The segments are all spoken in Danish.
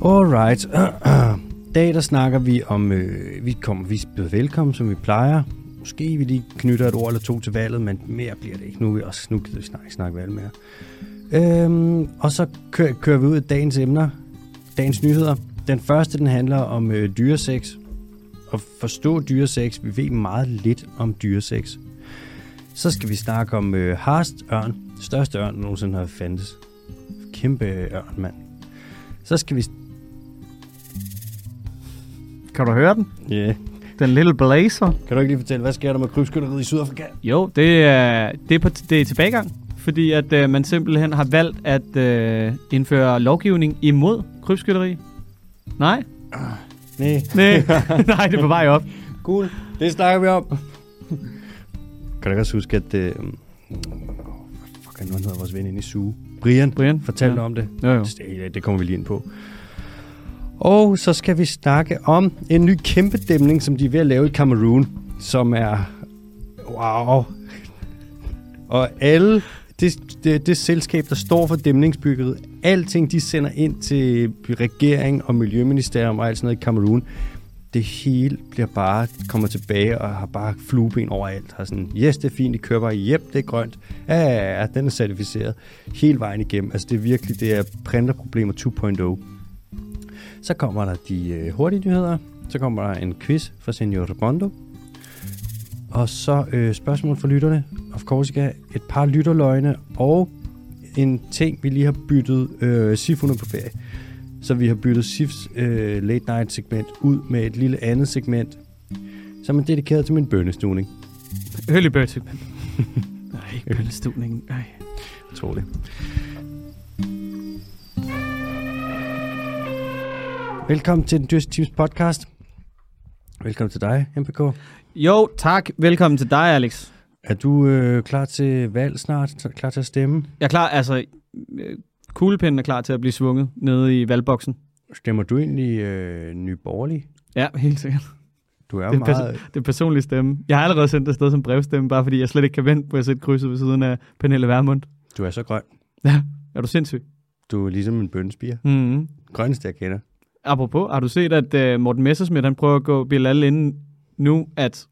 Alright. I dag der snakker vi om, vi byder velkommen, som vi plejer. Måske vi lige knytter et ord eller to til valget, men mere bliver det ikke. Nu gider vi snakke valg mere. Og så kører vi ud af dagens emner, dagens nyheder. Den første, den handler om dyresex. At forstå dyresex. Vi ved meget lidt om dyresex. Så skal vi snakke om harstørn. Største ørn, der nogensinde har fandtes. Kæmpe ørn, mand. Så skal vi... Kan du høre den? Ja. Yeah. Den lille blazer. Kan du ikke lige fortælle, hvad sker der med krybskytteriet i Sydafrika? Jo, det er tilbagegang, fordi at man simpelthen har valgt at indføre lovgivning imod krybskytteri. Nej? Nej. Nej, det er på vej op. Cool, det snakker vi om. Kan du også huske, at... hvad hedder vores ven inde i Suge? Brian fortalte om det. Jo. Det kommer vi lige ind på. Og så skal vi snakke om en ny kæmpe dæmning, som de er ved at lave i Cameroon, som er... Wow! Og alle... Det selskab, der står for dæmningsbyggeriet, alting, de sender ind til regering og miljøministerium og alt sådan noget i Cameroon, det hele bliver bare, kommer tilbage og har bare flueben overalt. Har sådan, yes, det er fint, det kører bare, yep, det er grønt. Ja, den er certificeret hele vejen igennem. Altså det er virkelig, det er printerproblemer 2.0. Så kommer der de hurtige nyheder. Så kommer der en quiz fra Senior Bondo. Og så spørgsmål fra lytterne. Of course, ikke et par lytterløgne og en ting, vi lige har byttet Sifune på ferie. Så vi har byttet Sifs late night segment ud med et lille andet segment, som er dedikeret til min bønnestugning. Early bird segment. Nej, bønnestugningen. Nej. Jeg tror det. Velkommen til den Dyreste Teams podcast. Velkommen til dig, MPK. Jo, tak. Velkommen til dig, Alex. Er du klar til valg snart? Klar til at stemme? Jeg er klar, altså... Kuglepinden er klar til at blive svunget nede i valgboksen. Stemmer du egentlig Nye Borgerlige? Ja, helt sikkert. Du er meget... Det er personlig stemme. Jeg har allerede sendt afsted som brevstemme, bare fordi jeg slet ikke kan vente på at sætte krydset ved siden af Pernille Vermund. Du er så grøn. Ja, er du sindssyg? Du er ligesom en bønnespiger. Mm-hmm. Grønneste, jeg kender. Apropos, har du set, at Morten Messerschmidt, han prøver at gå Bilal inden nu, at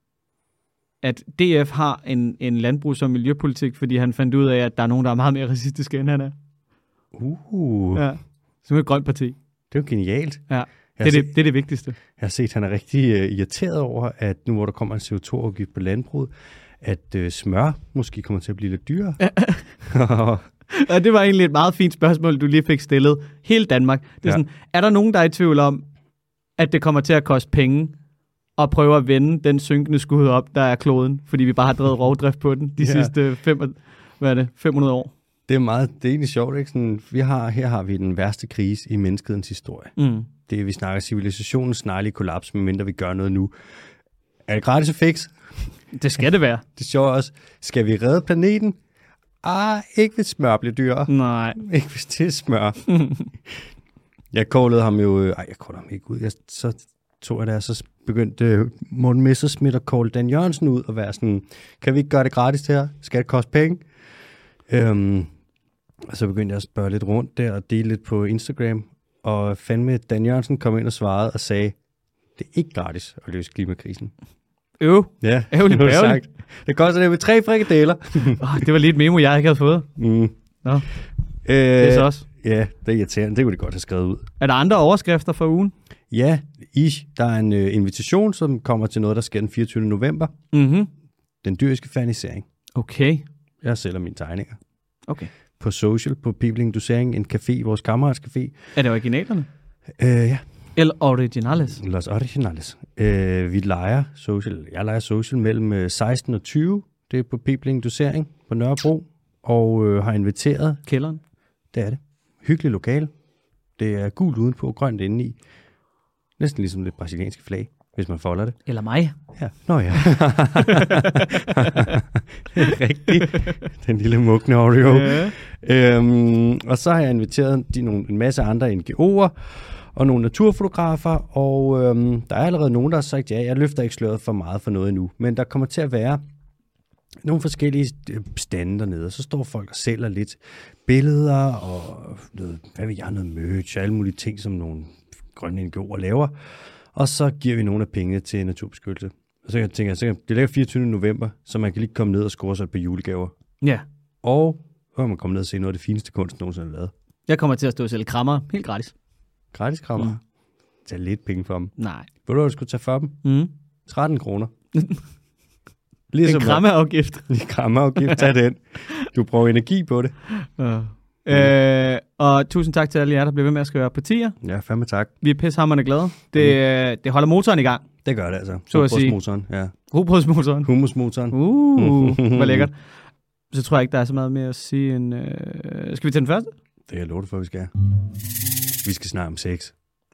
DF har en landbrugs- og miljøpolitik, fordi han fandt ud af, at der er nogen, der er meget mere racistiske, end han er. Ja, som et grønt parti. Det er jo genialt. Ja, det er det vigtigste. Jeg har set, at han er rigtig irriteret over, at nu hvor der kommer en CO2-afgift på landbruget, at smør måske kommer til at blive lidt dyrere. Ja. Og det var egentlig et meget fint spørgsmål, du lige fik stillet. Hele Danmark. Det er sådan, er der nogen, der er i tvivl om, at det kommer til at koste penge at prøve at vende den synkende skud op, der er kloden, fordi vi bare har drevet rovdrift på den de sidste 500 år? Det er egentlig sjovt, ikke? Sådan, her har vi den værste krise i menneskehedens historie. Mm. Det er, vi snakker civilisationens snarlige kollaps, medmindre vi gør noget nu. Er det gratis at fikse? Det skal det være. Det er sjovt også. Skal vi redde planeten? Ikke hvis smør bliver dyrere. Nej. Ikke hvis det er smør. Jeg callede ham jo... jeg callede ham ikke ud. Så begyndte Morten Messerschmidt at call Dan Jørgensen ud og være sådan, kan vi ikke gøre det gratis her? Skal det koste penge? Og så begyndte jeg at spørge lidt rundt der og dele lidt på Instagram. Og fandme, Dan Jørgensen kom ind og svarede og sagde, det er ikke gratis at løse klimakrisen. Ja, ærgerligt. Det koster det med 3 frikadeller. Det var lige et memo, jeg ikke havde fået. Mm. Nå. Det er så også. Ja, det er irriterende. Det kunne de godt have skrevet ud. Er der andre overskrifter for ugen? Ja, der er en invitation, som kommer til noget, der sker den 24. november. Mm-hmm. Den dyriske fanisering. Okay. Jeg sælger mine tegninger. Okay. På social, på People Inducering, en café, vores kammerats café. Er det originalerne? Ja. El Originales. Los Originales. Vi leger social. Jeg leger social mellem 16 og 20. Det er på People Inducering på Nørrebro. Og har inviteret... Kælderen. Det er det. Hyggelig lokale. Det er gult udenpå, grønt indeni. Næsten ligesom det brasilianske flag, hvis man folder det. Eller mig. Ja, nå ja. Rigtigt. Den lille mugne Oreo. Ja. Og så har jeg inviteret en masse andre NGO'er og nogle naturfotografer, og der er allerede nogen, der har sagt, ja, jeg løfter ikke sløret for meget for noget endnu, men der kommer til at være nogle forskellige stande dernede, og så står folk og sælger lidt billeder og noget, noget merch og alle mulige ting, som nogle grønne NGO'er laver, og så giver vi nogle af pengene til naturbeskyttelse. Og så tænker jeg, det ligger 24. november, så man kan lige komme ned og score sig et par julegaver. Ja. Og så kan man komme ned og se noget af det fineste kunst, nogensinde har lavet. Jeg kommer til at stå og sælge krammer, helt gratis. Gratis krammer? Tag lidt penge for dem. Nej. Ved du, hvad du skulle tage for dem? 13 kroner. En krammeafgift. En krammeafgift, tag den. Du bruger energi på det. Og tusind tak til alle jer, der bliver ved med at skrive partier. Ja, fandme tak. Vi er pissehammerende glade. Det holder motoren i gang. Det gør det altså. Så at sige. Rugbrødsmotoren, ja. Rugbrødsmotoren. Hummusmotoren. Hvor lækkert. Så tror jeg ikke, der er så meget mere at sige end... Skal vi tage den første? Det er jeg lovet for, vi skal. Vi skal snakke om sex.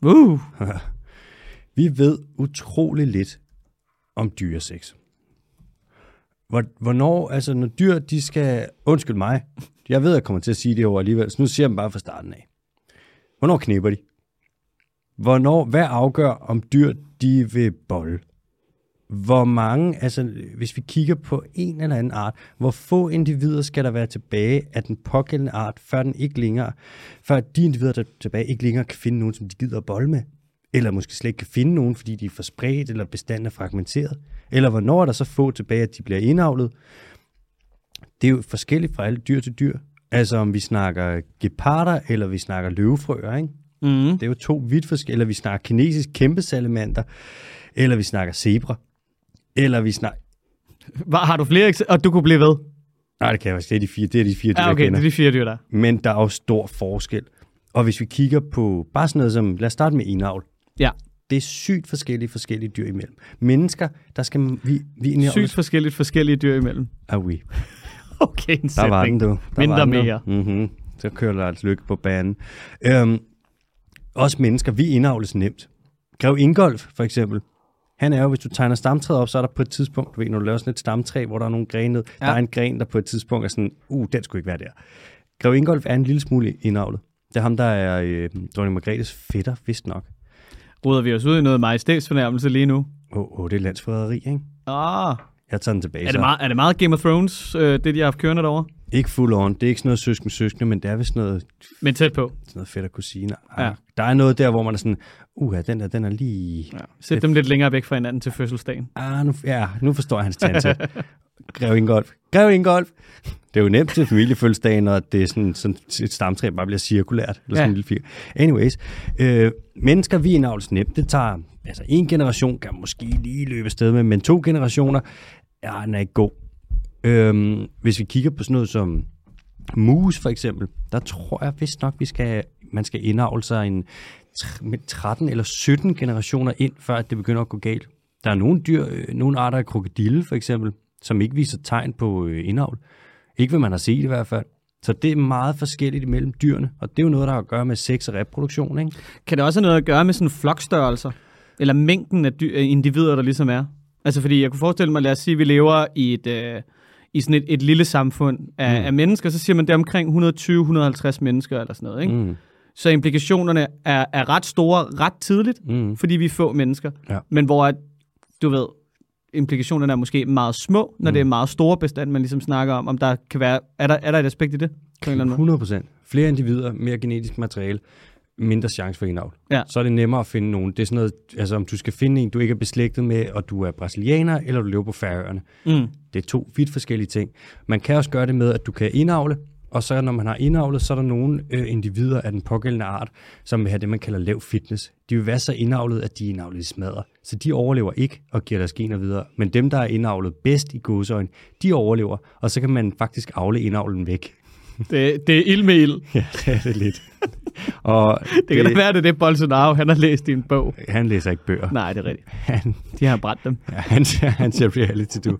Vi ved utrolig lidt om dyresex. Hvornår, altså når dyr, de skal... Undskyld mig. Jeg ved, jeg kommer til at sige det over alligevel, så nu siger jeg dem bare fra starten af. Hvornår knipper de? Hvad afgør, om dyr, de vil bolle? Hvor mange, altså hvis vi kigger på en eller anden art, hvor få individer skal der være tilbage af den pågældende art, før de individer, der er tilbage, ikke længere kan finde nogen, som de gider at bolle med? Eller måske slet ikke kan finde nogen, fordi de er for spredt, eller bestanden er fragmenteret? Eller hvornår er der så få tilbage, at de bliver indavlet? Det er jo forskelligt fra alle dyr til dyr. Altså om vi snakker geparder, eller vi snakker løvefrøer, ikke? Det er jo to vidt forskellige. Eller vi snakker kinesisk kæmpesalamander, eller vi snakker zebra, eller vi snakker... Har du flere eksempler? Og du kunne blive ved? Nej, det kan jeg også. Det er de fire dyr, okay, jeg kender. Det er de 4 dyr, der. Men der er jo stor forskel. Og hvis vi kigger på bare sådan noget som... Lad os starte med indavl. Ja. Det er sygt forskellige dyr imellem. Mennesker, der skal... Sygt forskellige dyr imellem. Ah, oui. Okay, en sætning. Der var den, du. Mindre mere. Mm-hmm. Så kører Lars Løkke på banen. Også mennesker, vi indavles nemt. Grev Ingolf, for eksempel. Han er jo, hvis du tegner stamtræet op, så er der på et tidspunkt, du ved, når du laver sådan et stamtræ, hvor der er nogle grene ned, der er en gren, der på et tidspunkt er sådan, den skulle ikke være der. Grev Ingolf er en lille smule indavlet. Det er ham, der er dronning Margrethes fætter, vist nok. Ruder vi os ud i noget majestætsfornærmelse lige nu? Det er landsforræderi, ikke? Jeg tager den tilbage. Er det meget Game of Thrones, det de har haft kørende derovre? Ikke full on. Det er ikke sådan noget søskende, men det er vist noget... Men tæt på. Sådan noget fætter kusiner. Ja. Der er noget der, hvor man er sådan, den er lige... Ja. Sæt dem lidt længere væk fra hinanden til fødselsdagen. Nu forstår jeg hans tante. Grev Ingolf. Det er jo nemt til familiefødselsdagen, og det er sådan et stamtræ bare bliver cirkulært. Eller sådan en lille fire. Anyways. Mennesker, vi indavles nemt. Det tager... Altså, en generation kan måske lige løbe afsted med, men 2 generationer, den er ikke god. Hvis vi kigger på sådan noget som mus, for eksempel, der tror jeg vist nok, man skal indavle sig en 13 eller 17 generationer ind, før det begynder at gå galt. Der er nogle dyr, nogle arter af krokodille, for eksempel, som ikke viser tegn på indavl. Ikke hvad man har set i hvert fald. Så det er meget forskelligt imellem dyrene, og det er jo noget, der har at gøre med sex og reproduktion, ikke? Kan det også have noget at gøre med sådan flokstørrelser? Eller mængden af individer, der ligesom er? Altså fordi jeg kunne forestille mig, lad os sige, at vi lever i sådan et lille samfund af mennesker, så siger man, det er omkring 120-150 mennesker eller sådan noget, ikke? Så implikationerne er ret store ret tidligt, fordi vi er få mennesker. Ja. Men hvor, du ved, implikationerne er måske meget små, når det er meget store bestand, man ligesom snakker om der kan være... Er der et aspekt i det? 100%. Flere individer, mere genetisk materiale, mindre chance for indavl. Ja. Så er det nemmere at finde nogen. Det er sådan noget, altså om du skal finde en, du ikke er beslægtet med, og du er brasilianer, eller du lever på Færøerne. Det er 2 vidt forskellige ting. Man kan også gøre det med, at du kan indavle, og så når man har indavlet, så er der nogle individer af den pågældende art, som vil have det, man kalder lav fitness. De vil være så indavlet, at de er indavlet i smadre. Så de overlever ikke og giver deres gener videre. Men dem, der er indavlet bedst i gåseøjne, de overlever, og så kan man faktisk avle indavlen væk. Det er ild med ild. Ja, det er det lidt. Og det kan da være, det Bolsonaro, han har læst i en bog. Han læser ikke bøger. Nej, det er rigtigt. De har brændt dem. Ja, han ser reality, du.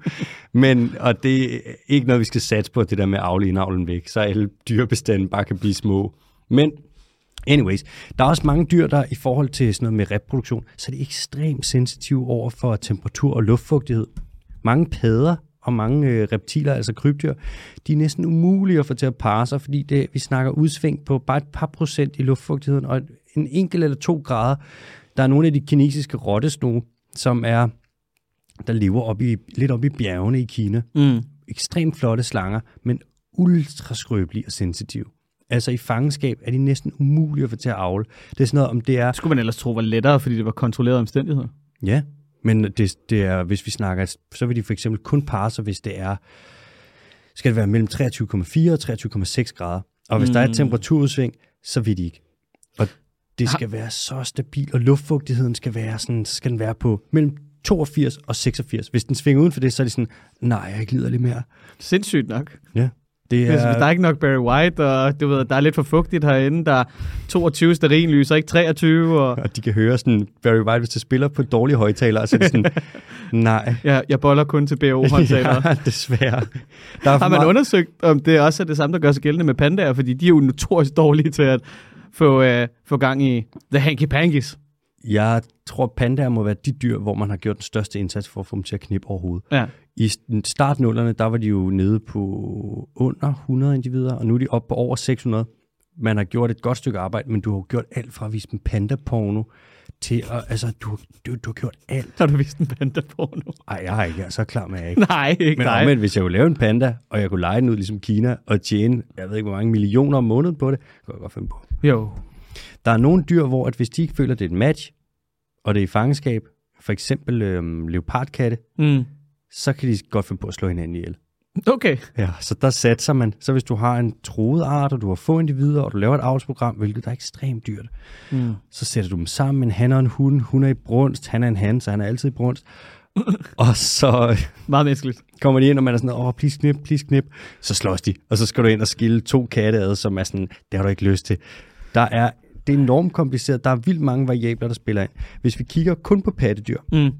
Og det er ikke noget, vi skal satse på, det der med at avle indavlen væk, så alle dyrebestanden bare kan blive små. Men anyways, der er også mange dyr, der i forhold til sådan noget med reproduktion, så er de ekstremt sensitive over for temperatur og luftfugtighed. Mange padder og mange reptiler, altså krybdyr, de er næsten umulige at få til at parre sig, fordi vi snakker udsving på bare et par procent i luftfugtigheden, og en enkelt eller 2 grader. Der er nogle af de kinesiske rottesnoge, der lever lidt oppe i bjergene i Kina. ekstremt flotte slanger, men ultra skrøbelige og sensitive. Altså i fangenskab er de næsten umulige at få til at avle. Det er sådan noget, om det er... Skulle man ellers tro var lettere, fordi det var kontrolleret omstændigheder. Ja, men det er, hvis vi snakker, så vil de for eksempel kun parre sig, hvis det er, skal det være mellem 23,4 og 23,6 grader. Og hvis der er et temperaturudsving, så vil de ikke. Og det skal være så stabilt, og luftfugtigheden skal være sådan, så skal den være på mellem 82 og 86. Hvis den svinger uden for det, så er det sådan, nej, jeg ikke lider lidt mere. Sindssygt nok. Ja. Det er... Hvis der er ikke nok Barry White, og du ved, der er lidt for fugtigt herinde, der er 22 stearinlys, og ikke 23. Og de kan høre sådan, Barry White, hvis det spiller på dårlige højtalere, så er det sådan, nej. Ja, jeg boller kun til BO-højtalere. Ja, desværre. Har man undersøgt, om det også er det samme, der gør sig gældende med pandaer, fordi de er jo notorisk dårlige til at få gang i the hanky-pankies. Jeg tror, pandaer må være de dyr, hvor man har gjort den største indsats for at få dem til at knippe overhovedet. Ja. I startnullerne, der var de jo nede på under 100 individer, og nu er de oppe på over 600. Man har gjort et godt stykke arbejde, men du har gjort alt fra at vise dem panda-porno til at, altså, du har gjort alt. Har du vist en panda-porno? Nej, jeg har ikke. Jeg er så klar med, jeg ikke. Nej, ikke men omvendt, hvis jeg kunne lave en panda, og jeg kunne lege den ud ligesom Kina, og tjene, jeg ved ikke, hvor mange millioner om måneden på det, kunne jeg godt finde på. Jo. Der er nogle dyr, hvor at hvis de ikke føler, det er et match, og det er i fangenskab, for eksempel leopardkatte, så kan de godt finde på at slå hinanden ihjel. Okay. Ja, så der satser man. Så hvis du har en truet art, og du har få individer, og du laver et avlsprogram, hvilket der er ekstremt dyrt, så sætter du dem sammen. En han og en hund. Hun er i brunst, han er en han, så han er altid i brunst. Og så meget menneskeligt. Kommer de ind, og man er sådan, please knip. Så slås de, og så skal du ind og skille 2 katte ad, som er sådan, det har du ikke lyst til. Det er enormt kompliceret. Der er vildt mange variabler, der spiller ind. Hvis vi kigger kun på pattedyr,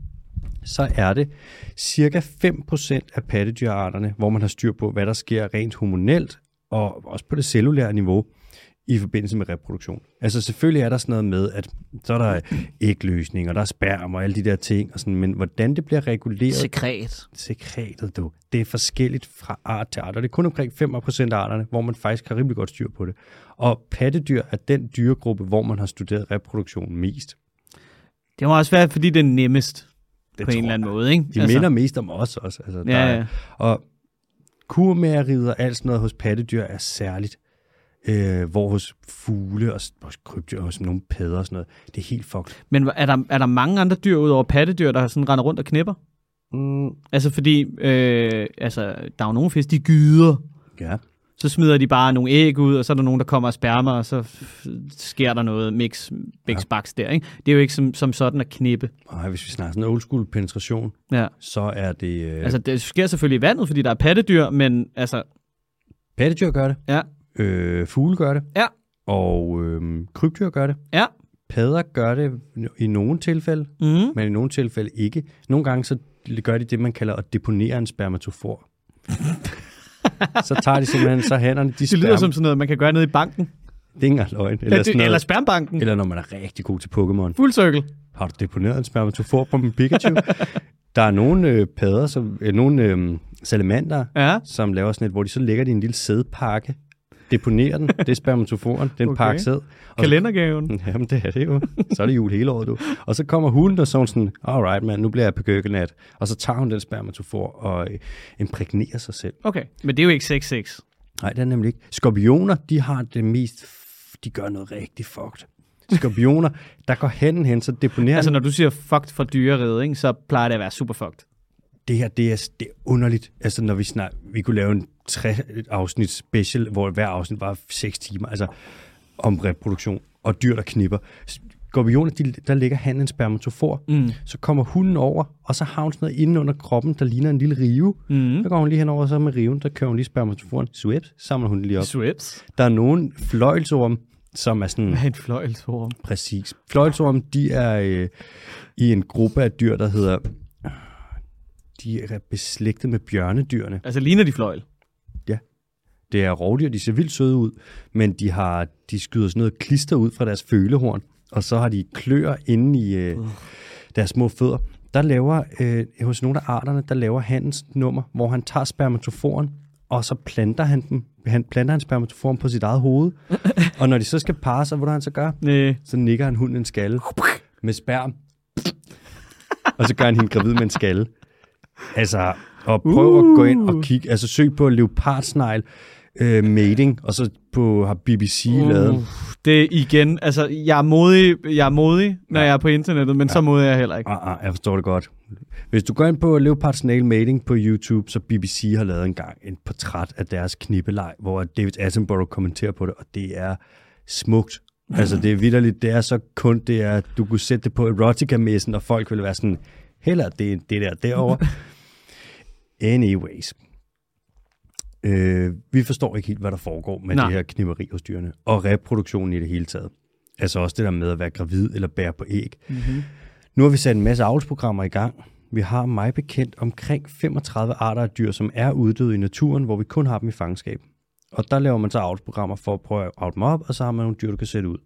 så er det cirka 5% af pattedyrarterne, hvor man har styr på, hvad der sker rent hormonelt, og også på det cellulære niveau, i forbindelse med reproduktion. Altså selvfølgelig er der sådan noget med, at så er der ægløsning, og der er sperm og alle de der ting, og sådan, men hvordan det bliver reguleret... Sekretet, det er forskelligt fra art til art, og det er kun omkring 5% af arterne, hvor man faktisk har rimelig godt styr på det. Og pattedyr er den dyregruppe, hvor man har studeret reproduktion mest. Det må også være, fordi det er nemmest det på en eller anden måde, ikke? De minder mest om os også. Altså, ja. Og kurmageriet og alt sådan noget hos pattedyr er særligt. Hvor hos fugle og krybdyr og nogle padder og sådan noget, det er helt fucked. Men er der mange andre dyr udover pattedyr, der sådan render rundt og knipper? Altså fordi, der er jo nogle fisk, de gyder. Ja. Så smider de bare nogle æg ud, og så er der nogen, der kommer og spermer, og så sker der noget baks der, ikke? Det er jo ikke som sådan at knippe. Nej, hvis vi snakker sådan old school penetration, så er det... Altså, det sker selvfølgelig i vandet, fordi der er pattedyr, men altså... Pattedyr gør det. Ja. Fugle gør det. Ja. Og krybdyr gør det. Ja. Padder gør det i nogle tilfælde, men i nogle tilfælde ikke. Nogle gange så gør de det, man kalder at deponere en spermatofor. Så tager de simpelthen så hænderne, de det lyder som sådan noget, man kan gøre nede i banken. Det er ikke løgn. Eller spermbanken. Eller når man er rigtig god til Pokémon. Full circle. Har du deponeret en spermatofor på en Pikachu? Der er nogle padder, nogle salamander, som laver sådan et, hvor de så lægger de en lille sædpakke, deponerer den, det er spermatoforen, den pakke sæd. Kalendergaven. Jamen det er det jo. Så er det jul hele året, du. Og så kommer hunden og sådan, alright man, nu bliver jeg på køkkenat. Og så tager hun den spermatofor og imprægnerer sig selv. Okay, men det er jo ikke 6-6. Nej, det er nemlig ikke. Skorpioner, de har det mest, de gør noget rigtig fucked. Skorpioner, der går hen, så deponerer... Altså når du siger fucked for dyreriget, ikke, så plejer det at være super fucked. Det her, det er underligt. Altså når vi kunne lave en 3-afsnit special, hvor hver afsnit var 6 timer, altså om reproduktion og dyr, der knipper. Skorpioner, der ligger han en spermatofor, så kommer hunden over, og så har hun sådan noget inde under kroppen, der ligner en lille rive. Så går hun lige henover, så med riven, der kører hun lige spermatoforen. Swips, samler hun lige op. Swips? Der er nogle fløjlsorm, som er sådan... Hvad er en fløjlsorm? Præcis. Fløjlsorm, de er i en gruppe af dyr, der hedder... De er beslægtet med bjørnedyrene. Altså ligner de fløjl? Ja. Det er rovdyr, de ser vildt søde ud, men de skyder sådan noget klister ud fra deres følehorn, og så har de kløer inde i deres små fødder. Der laver, hos nogle af arterne, der laver hannens nummer, hvor han tager spermatoforen, og så planter han spermatoforen på sit eget hoved. Og når de så skal parre sig, hvordan han så gør? Så nikker han hunden en skalle med sperm. Og så gør han hende gravid med en skalle. Altså, Og prøv at gå ind og kigge, altså søg på leopardsnegl mating, og så har BBC lavet. Det er igen, altså jeg er modig, når jeg er på internettet, men så modig er jeg heller ikke. Jeg forstår det godt. Hvis du går ind på leopardsnegl mating på YouTube, så BBC har lavet engang et portræt af deres knippeleg, hvor David Attenborough kommenterer på det, og det er smukt. Altså det er vitterligt, det er så kun, det er, du kunne sætte det på erotica-messen, og folk ville være sådan, heller det der derovre. Anyways. Vi forstår ikke helt, hvad der foregår med det her knipperi hos dyrene, og reproduktionen i det hele taget. Altså også det der med at være gravid eller bære på æg. Mm-hmm. Nu har vi sat en masse avlsprogrammer i gang. Vi har mig bekendt omkring 35 arter af dyr, som er uddøde i naturen, hvor vi kun har dem i fangenskab. Og der laver man så avlsprogrammer for at prøve at avle dem op, og så har man nogle dyr, du kan sætte ud.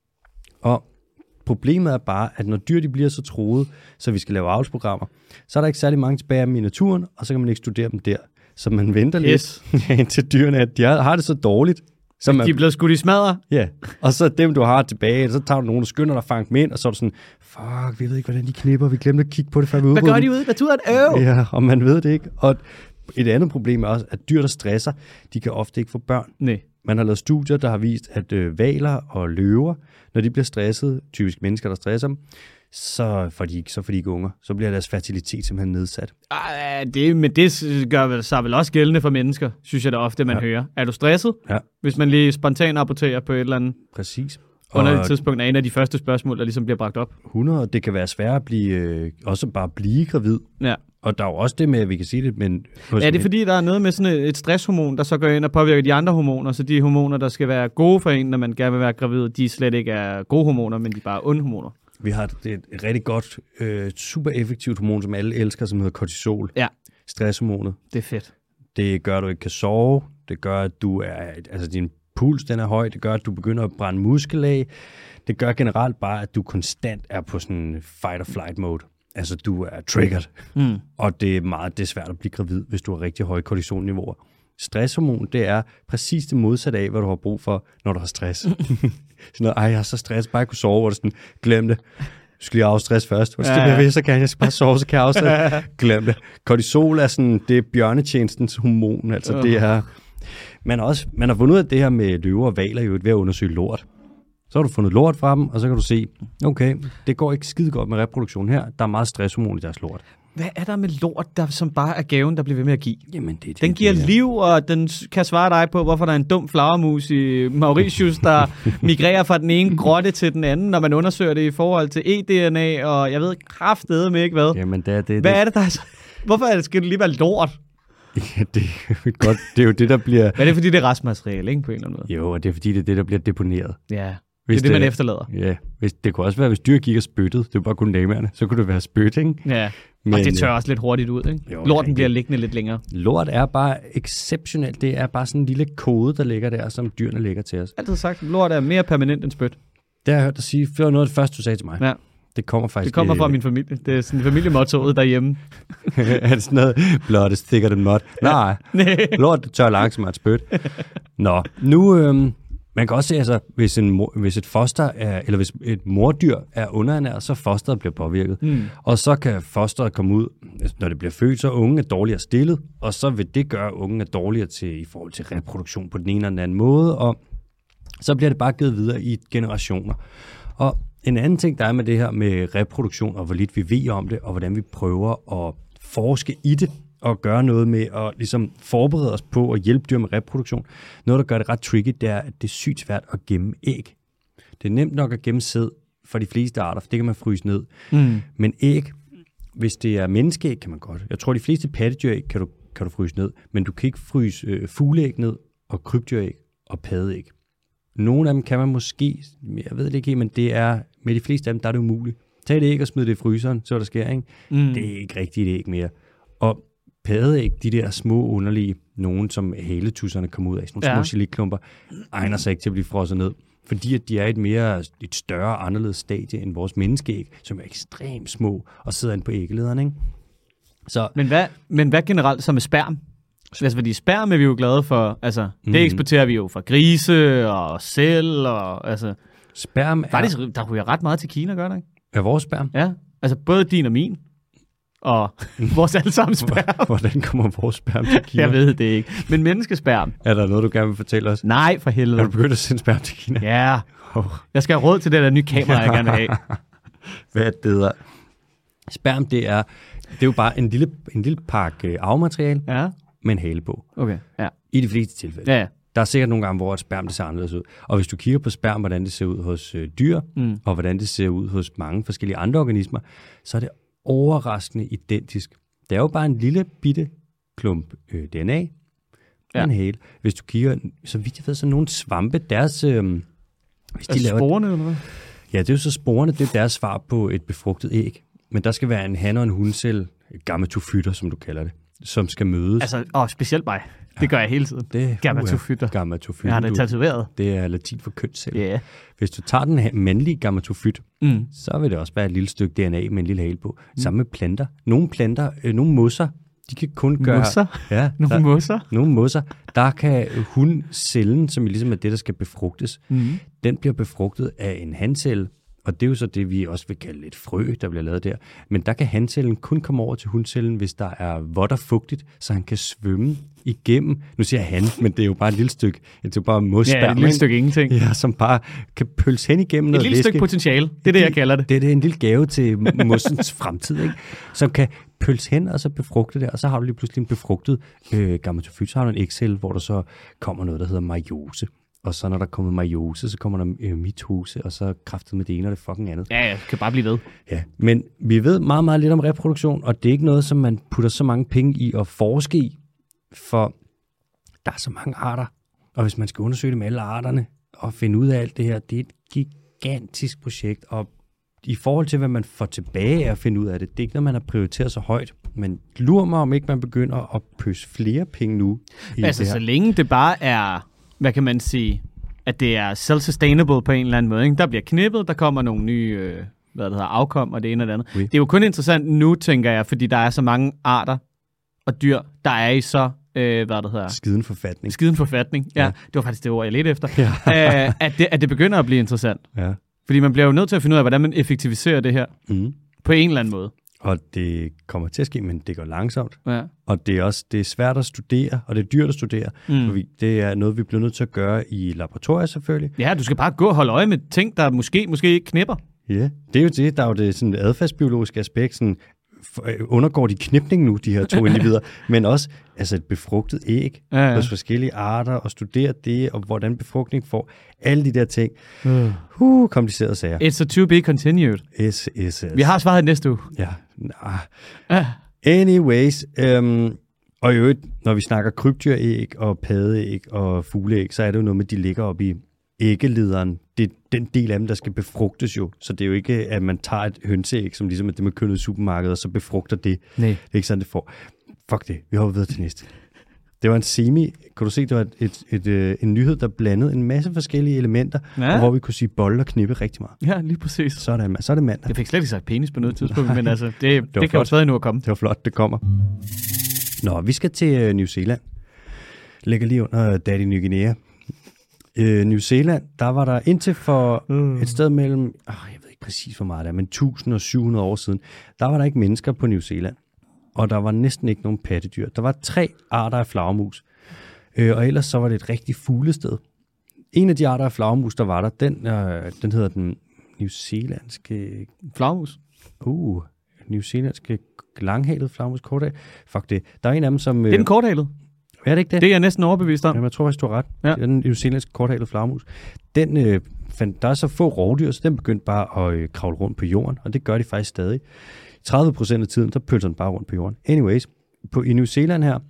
Og problemet er bare, at når dyr de bliver så truede, så vi skal lave avlsprogrammer, så er der ikke særlig mange tilbage af dem i naturen, og så kan man ikke studere dem der. Så man venter lidt indtil dyrene, at de har det så dårligt. Så de er blevet skudt i smadre? Ja, og så dem, du har tilbage, så tager du nogen, der skynder dig at fange dem ind, og så er du sådan, fuck, vi ved ikke, hvordan de knipper, vi glemte at kigge på det, før vi udbrød. Hvad gør de ude i naturen? Ja, og man ved det ikke. Og et andet problem er også, at dyr, der stresser, de kan ofte ikke få børn. Nej. Man har lavet studier, der har vist, at hvaler og løver, når de bliver stresset, typisk mennesker, der stresser dem, så får de ikke unger. Så bliver deres fertilitet simpelthen nedsat. Men det gør sig vel også gældende for mennesker, synes jeg da ofte, man hører. Er du stresset? Ja. Hvis man lige spontan aborterer på et eller andet. Præcis. Under et tidspunkt er en af de første spørgsmål, der ligesom bliver bragt op. 100. Det kan være svært at blive, også bare blive gravid. Ja. Og der er jo også det med, at vi kan sige det, men... Er det fordi, der er noget med sådan et stresshormon, der så går ind og påvirker de andre hormoner, så de hormoner, der skal være gode for en, når man gerne vil være gravid, de slet ikke er gode hormoner, men de er bare onde hormoner? Vi har et rigtig godt, super effektivt hormon, som alle elsker, som hedder kortisol. Ja. Stresshormonet. Det er fedt. Det gør, at du ikke kan sove. Det gør, at din puls den er høj. Det gør, at du begynder at brænde muskel af. Det gør generelt bare, at du konstant er på sådan fight or flight mode. Altså, du er triggered. Og det er svært at blive gravid, hvis du har rigtig høje kortisolniveauer. Stresshormon, det er præcis det modsatte af, hvad du har brug for, når du har stress. Sådan noget, jeg har så stress, bare jeg kunne sove, hvor du sådan, glem det. Du skal lige afstress først. Hvor skal jeg ved, så kan jeg bare sove, så kan jeg afstress. Glem det. Kortisol er sådan, det er bjørnetjenestens hormon, altså det er... Man har fundet ud af det her med løver og hvaler jo ved at undersøge lort. Så har du fundet lort fra dem, og så kan du se, okay, det går ikke skide godt med reproduktion her. Der er meget stresshormon i deres lort. Hvad er der med lort, der som bare er gaven, der bliver ved med at give? Jamen, den giver liv, og den kan svare dig på, hvorfor der er en dum flagermus i Mauritius, der migrerer fra den ene grotte til den anden, når man undersøger det i forhold til eDNA, og jeg ved kraftedeme ikke hvad. Jamen, hvad er det, der er så... Hvorfor skal det lige være lort? Ja, det er godt. Det er jo det, der bliver... Men det er fordi, det er restmateriale, ikke? På en eller anden måde. Jo, og det er fordi, det er det, der bliver deponeret. Ja, det er det, man efterlader. Ja, det kunne også være, hvis dyr gik og spyttede. Det var bare kun damerne. Så kunne det være spytting. Ja, men, og det tør også lidt hurtigt ud, ikke? Jo, lorten bliver liggende lidt længere. Lort er bare exceptionelt. Det er bare sådan en lille kode, der ligger der, som dyrene lægger til os. Altid sagt, lort er mere permanent end spyt. Det har jeg hørt dig sige. Før noget af det første, du sagde til mig. Ja. Det kommer faktisk... Det kommer fra min familie. Det er sådan en familiemottoet derhjemme. Er det sådan noget, blood is thicker than mud? Nej, lort det tør langsomt at spyt. Nå, nu... Man kan også se, altså, hvis et foster er, eller hvis et mordyr er underernæret, så fosteret bliver påvirket. Og så kan fosteret komme ud, når det bliver født, så ungen er dårligere stillet, og så vil det gøre, at ungen er dårligere i forhold til reproduktion på den ene eller den anden måde, og så bliver det bare givet videre i generationer. Og en anden ting, der er med det her med reproduktion, og hvor lidt vi ved om det, og hvordan vi prøver at forske i det, og gøre noget med at ligesom forberede os på at hjælpe dyr med reproduktion. Noget, der gør det ret tricky, det er, at det er sygt svært at gemme æg. Det er nemt nok at gemme sæd for de fleste arter, for det kan man fryse ned. Men æg, hvis det er menneskeæg, kan man godt. Jeg tror, de fleste pattedyræg kan du fryse ned, men du kan ikke fryse fugleæg ned, og krybdyræg og paddeæg. Nogle af dem kan man måske, jeg ved det ikke, men det er, med de fleste af dem, der er det umuligt. Tag et æg og smid det i fryseren, så er der sker, ikke? Det er ikke rigtigt et æg mere. Og paddeæg, de der små underlige, nogen som haletusserne kommer ud af, sådan nogle små geliklumper, egner sig ikke til at blive frosset ned, fordi at de er et større, anderledes stadie end vores menneskeæg, som er ekstremt små og sidder inde på æggelederen, ikke? Så, men hvad generelt så med sperm? Altså, fordi sperm er vi jo glade for, altså, det eksporterer vi jo fra grise og sæl, og altså... Sperm faktisk, der ryger ret meget til Kina, gør der ikke? Er vores sperm? Ja, altså både din og min. og vores allesammen sperm. Hvordan kommer vores sperm til Kina? Jeg ved det ikke. Men menneskesperm. Er der noget, du gerne vil fortælle os? Nej, for helvede. Er du begyndt at sende sperm til Kina? Ja. Jeg skal have råd til det der nye kamera, jeg gerne vil have. Hvad er det der? Sperm, det er jo bare en lille pakke arvemateriale med en hale på. Okay, ja. I de fleste tilfælde. Ja. Der er sikkert nogle gange, hvor et sperm det ser anderledes ud. Og hvis du kigger på sperm, hvordan det ser ud hos dyr, og hvordan det ser ud hos mange forskellige andre organismer, så er det overraskende identisk. Det er jo bare en lille bitte klump DNA med en hale. Hvis du kigger, så vidt jeg ved, så nogle svampe, deres... hvis de laver sporene eller hvad? Ja, det er jo så sporene, det er deres svar på et befrugtet æg. Men der skal være en han- og en hundcelle, gametofytter, som du kalder det, som skal mødes. Altså, specielt mig. Det gør jeg hele tiden. Gametofytter. Jeg har det tatoveret. Det er latin for kønscelle. Yeah. Hvis du tager den mandlige gametofyt, så vil det også være et lille stykke DNA med en lille hale på. Samme med planter. Nogle mosser, de kan kun gøre... Mosser? Ja, Nogle mosser. Der kan hundcellen, som ligesom er det, der skal befrugtes, den bliver befrugtet af en hancelle. Og det er jo så det, vi også vil kalde et frø, der bliver lavet der. Men der kan hancellen kun komme over til hundcellen, hvis der er vådt og fugtigt, så han kan svømme igennem. Nu siger jeg han, men det er jo bare et lille stykke. Det er jo bare mossperm. Ja, et lille stykke ingenting. Ja, som bare kan pølse hen igennem noget væske. Et lille stykke potentiale. Det er det, jeg kalder det. Det er en lille gave til mossens fremtid, ikke? Som kan pølse hen og så befrugte det, og så har du lige pludselig en befrugtet gametofyt. Så har du en ægcelle, hvor der så kommer noget, der hedder meiose. Og så når der kommer meiose, så kommer der mitose, og så kraftet med det ene og det fucking andet. Ja, kan bare blive ved. Ja, men vi ved meget, meget lidt om reproduktion, og det er ikke noget, som man putter så mange penge i at forske i, for der er så mange arter. Og hvis man skal undersøge dem alle arterne og finde ud af alt det her, det er et gigantisk projekt, og i forhold til, hvad man får tilbage af at finde ud af det, det er ikke noget, man har prioriteret så højt. Men lurer mig, om ikke man begynder at pøse flere penge nu. Altså, så længe det bare er... Hvad kan man sige, at det er self-sustainable på en eller anden måde. Ikke? Der bliver knippet, der kommer nogle nye afkom og det ene og det andet. Oui. Det er jo kun interessant nu, tænker jeg, fordi der er så mange arter og dyr, der er i så, skiden forfatning. Skiden forfatning, ja. Det var faktisk det ord, jeg ledte efter. Ja. At det begynder at blive interessant. Ja. Fordi man bliver jo nødt til at finde ud af, hvordan man effektiviserer det her på en eller anden måde. Og det kommer til at ske, men det går langsomt. Ja. Og det er svært at studere, og det er dyrt at studere. For det er noget, vi bliver nødt til at gøre i laboratorier selvfølgelig. Ja, du skal bare gå og holde øje med ting, der måske ikke knipper. Ja, det er jo det. Der er jo det sådan adfærdsbiologiske aspekt. Sådan, undergår de knipning nu, de her to individer, men også altså et befrugtet æg hos forskellige arter, og studere det, og hvordan befrugtning får alle de der ting. Komplicerede sager. It's a to be continued. Yes. Vi har svaret næste uge. Ja. Anyways, og i øvrigt, når vi snakker krybdyræg og paddeæg og fugleæg, så er det jo noget med, de ligger oppe i æggelederen. Det er den del af dem, der skal befrugtes jo. Så det er jo ikke, at man tager et hønseæg, som ligesom er det, man køber i supermarkedet, og så befrugter det. Nej. Det er ikke sådan, det får. Fuck det. Vi hopper videre til næste. Det var en kunne du se, det var en nyhed, der blandede en masse forskellige elementer, og hvor vi kunne sige bold og knippe rigtig meget. Ja, lige præcis. Så er det mandag. Jeg fik slet ikke sagt penis på noget tidspunkt, men altså, det kan jo stadig nu at komme. Det var flot, det kommer. Nå, vi skal til New Zealand. Ligger lige under Daddy Ny Guinea. New Zealand, der var der indtil for et sted mellem, jeg ved ikke præcis hvor meget det er, men 1000 og 700 år siden, der var der ikke mennesker på New Zealand. Og der var næsten ikke nogen pattedyr. Der var 3 arter af flagermus. Og ellers så var det et rigtig fuglested. En af de arter af flagermus, der var der, den hedder den newzealandske... Flagermus? Newzealandske langhalet flagermus, korthalet. Fuck det. Der er en af dem, som... Det er den korthalet. Er det ikke det? Det er jeg næsten overbevist om. Jamen, jeg tror faktisk, du har ret. Ja. Det er den newzealandske korthalet flagermus. Der er så få rovdyr, så den begyndte bare at kravle rundt på jorden, og det gør de faktisk stadig. 30% af tiden, så pølser den bare rundt på jorden. Anyways, i New Zealand her,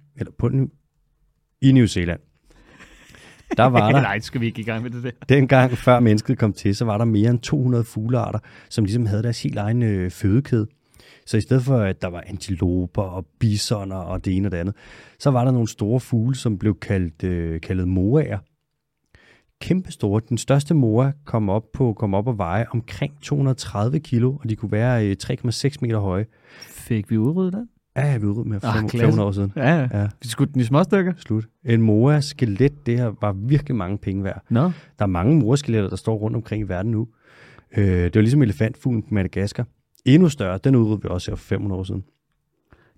i New Zealand, der var der... Nej, skal vi ikke i gang med det der. Dengang, før mennesket kom til, så var der mere end 200 fuglearter, som ligesom havde deres helt egen fødekæde. Så i stedet for, at der var antiloper og bisoner og det ene og det andet, så var der nogle store fugle, som blev kaldet moaer. Kæmpe store. Den største moa kom op og veje omkring 230 kilo, og de kunne være 3,6 meter høje. Fik vi udryddet den? Ja, vi udryddet med 500 år siden. Ja. Vi skudte den i små stykker. Slut. En moa-skelet, det her var virkelig mange penge værd. No. Der er mange moa-skeletter, der står rundt omkring i verden nu. Det var ligesom elefantfuglen på Madagaskar. Endnu større, den udryddede vi også her for 500 år siden.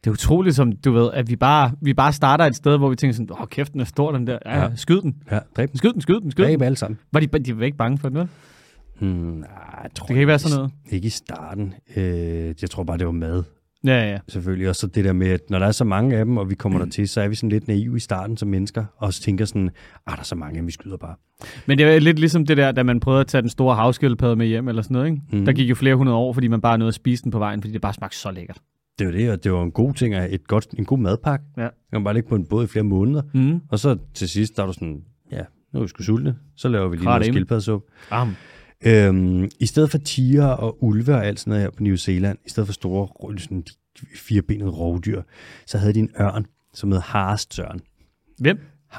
Det er utroligt, som du ved, at vi bare starter et sted, hvor vi tænker sådan, kæft, den er stor, den der. Ja. Skyd den. Ja, dræb den. Skyd den. Dræb alle sammen. Var de var ikke bange for den, vel? Jeg tror, det kan ikke være sådan noget. Ikke i starten. Jeg tror bare, det var mad. Ja. Selvfølgelig. Og så det der med, at når der er så mange af dem, og vi kommer der til, så er vi sådan lidt naive i starten som mennesker, og så tænker sådan, der er så mange af dem, vi skyder bare. Men det er lidt ligesom det der, da man prøvede at tage den store havskildpadde med hjem, eller sådan noget, ikke? Der gik jo flere hundrede år, fordi man bare nåede at spise den på vejen, fordi det bare smagte så lækkert. Det var det, og det var en god ting, en god madpakke. Ja. Man kan bare ligge på en båd i flere måneder, og så til sidst, der er du sådan, nu er vi sgu sultne, så laver vi lige noget skildpaddesuppe. I stedet for tiger og ulve og alt sådan noget her på New Zealand, i stedet for store, sådan firebenede rovdyr, så havde de en ørn, som hed Haast-søren. Hvem?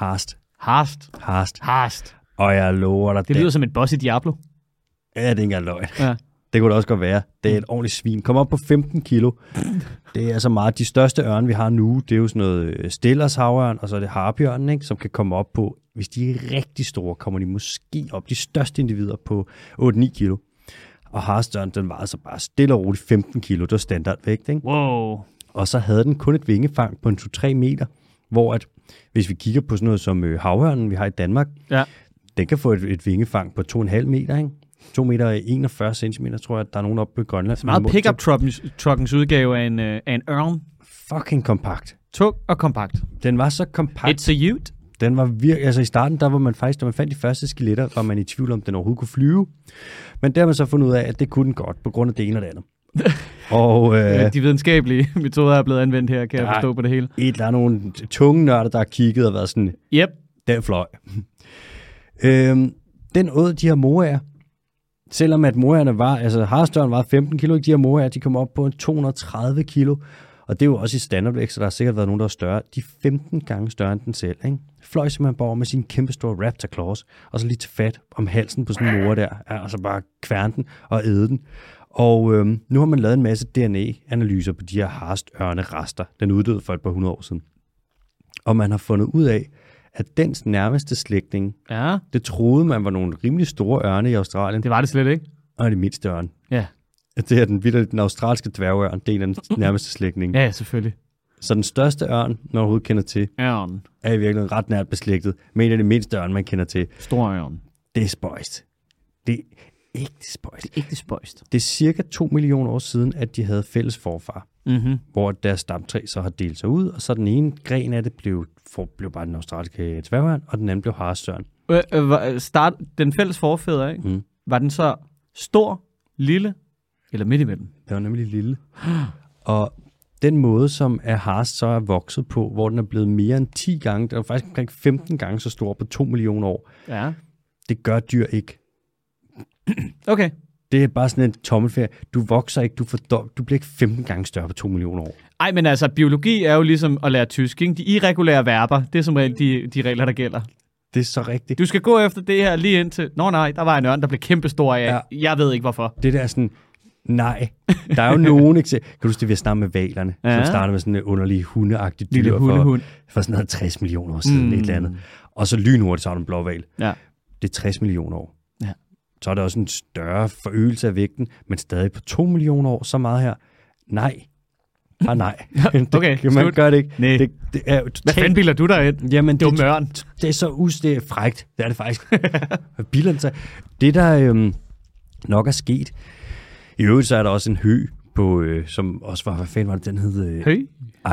Haast. Og jeg lover dig... Det lyder som et boss i Diablo. Ja, det er ikke engang løgn. Ja. Det kunne det også godt være. Det er et ordentligt svin. Kom op på 15 kilo. Det er altså meget. De største ørne, vi har nu, det er jo sådan noget Stillers havørn, og så er det harpjørnen, ikke, som kan komme op på, hvis de er rigtig store, kommer de måske op, de største individer på 8-9 kilo. Og Haastøren, den var altså bare stille og roligt 15 kilo. Det var standardvægt, ikke? Wow. Og så havde den kun et vingefang på 2-3 meter, hvor at, hvis vi kigger på sådan noget som havørnen, vi har i Danmark, den kan få et vingefang på 2,5 meter, ikke? 2 meter og 41 centimeter, tror jeg, at der er nogen oppe på Grønland. Så meget pickup-truckens udgave af en ørn. Fucking kompakt. Tung og kompakt. Den var så kompakt. It's a ute. Den var virkelig, altså i starten, der var man faktisk, da man fandt de første skeletter, var man i tvivl om, den overhovedet kunne flyve. Men der har man så fundet ud af, at det kunne den godt, på grund af det ene og det andet. Og, de videnskabelige metoder er blevet anvendt her, kan jeg forstå på det hele. Der er nogle tunge nørder, der har kigget og været sådan, den fløj. Den åd de her moaer, selvom at moaerne var, altså Haastøren var 15 kilo, de her moaer, de kom op på en 230 kilo. Og det er jo også i standardvægt, så der har sikkert været nogen, der er større. De er 15 gange større end den selv, ikke? Fløj simpelthen bare med sine kæmpe store raptor claws, og så lige tage fat om halsen på sådan en mor der, og så bare kværne den og æde den. Og nu har man lavet en masse DNA-analyser på de her Haast-ørne-rester. Den uddøde for et par 100 år siden. Og man har fundet ud af, at dens nærmeste slægtning, det troede man var nogle rimelig store ørne i Australien. Det var det slet ikke. Og det mindste ørne. Ja. Det er den australske dværgørn, det er den nærmeste slægtning. Ja, selvfølgelig. Så den største ørn, man overhovedet kender til, er i virkeligheden ret nært beslægtet med en af de mindste ørn, man kender til. Stor ørn. Det er spøjst. Det er ikke spøjst. Det er cirka 2 millioner år siden, at de havde fælles forfar, hvor deres stamtræ så har delt sig ud, og så den ene gren af det blev bare den australske dværgørn, og den anden blev Haastøren. Den fælles forfædre, ikke? Var den så stor, lille, eller midt imellem? Det var nemlig lille. Og den måde, som Haast så er vokset på, hvor den er blevet mere end 10 gange, det er faktisk omkring 15 gange så stor på 2 millioner år. Ja. Det gør dyr ikke. Okay. Det er bare sådan en tommelferie. Du vokser ikke, du bliver ikke 15 gange større på 2 millioner år. Ej, men altså, biologi er jo ligesom at lære tysk, ikke? De irregulære verber, det er som regel de regler, der gælder. Det er så rigtigt. Du skal gå efter det her lige indtil... Nej, der var en ørn, der blev kæmpestor af. Ja. Jeg ved ikke, hvorfor. Det der er sådan... Nej, der er jo nogen eksempler. Kan du huske det, vi har snakket med valerne, som startede med sådan en underlig hundeagtig dyr for sådan noget 60 millioner år siden, et eller andet. Og så lynhurtigt, så har du en blå val. Ja. Det er 60 millioner år. Ja. Så er der også en større forøgelse af vægten, men stadig på 2 millioner år, så meget her. Nej. Nej. Okay, man gør det ikke. Nej. Det er jo hvad fanden bilder du dig ind? Jamen, det er ørn. Det er så det er frækt. Det er det faktisk. Det der nok er sket. I øvrigt så er der også en hø på, som også var, hvad fanden var det, den hed?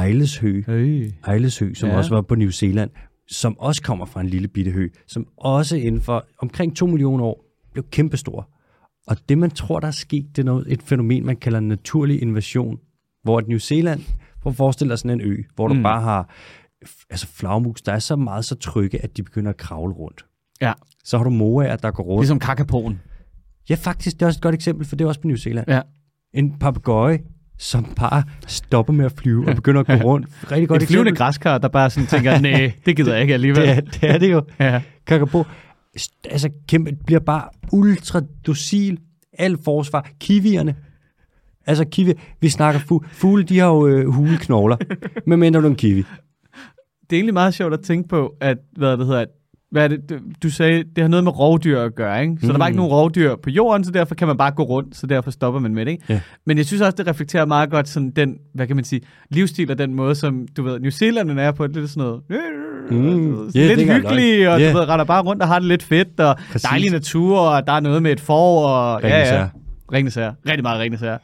Eileshø, som også var på New Zealand, som også kommer fra en lille bitte hø, som også inden for omkring 2 millioner år blev kæmpestor. Og det, man tror, der er sket, det er et fænomen, man kalder naturlig invasion, hvor New Zealand, hvor forestiller sådan en ø, hvor du bare har flagermus, der er så meget så trygge, at de begynder at kravle rundt. Ja. Så har du moaer, der går rundt. Ligesom kakapoen. Ja, faktisk, det er også et godt eksempel, for det er også på New Zealand. Ja. En papegøje, som bare stopper med at flyve og begynder at gå rundt. Rigtig godt et flyvende græskar, der bare sådan tænker, nej, det gider jeg ikke alligevel. Det er det jo. Ja. Kakapo, altså kæmpe, bliver bare ultra docil. Al forsvar. Kiwierne. Altså kiwi, vi snakker fugle, de har jo huleknogler. Men mindre du en kiwi. Det er egentlig meget sjovt at tænke på, at hvad er det? Du sagde, det har noget med rovdyr at gøre, ikke? Så der var ikke nogen rovdyr på jorden, så derfor kan man bare gå rundt, så derfor stopper man med det, ikke? Ja. Men jeg synes også, det reflekterer meget godt sådan den, hvad kan man sige, livsstil og den måde, som, du ved, New Zealand er på, lidt sådan noget, lidt hyggelig, og du ved, render bare rundt og har det lidt fedt, og dejlig natur, og der er noget med et forår, og Ringenes Herre. Rigtig meget Ringenes Herre.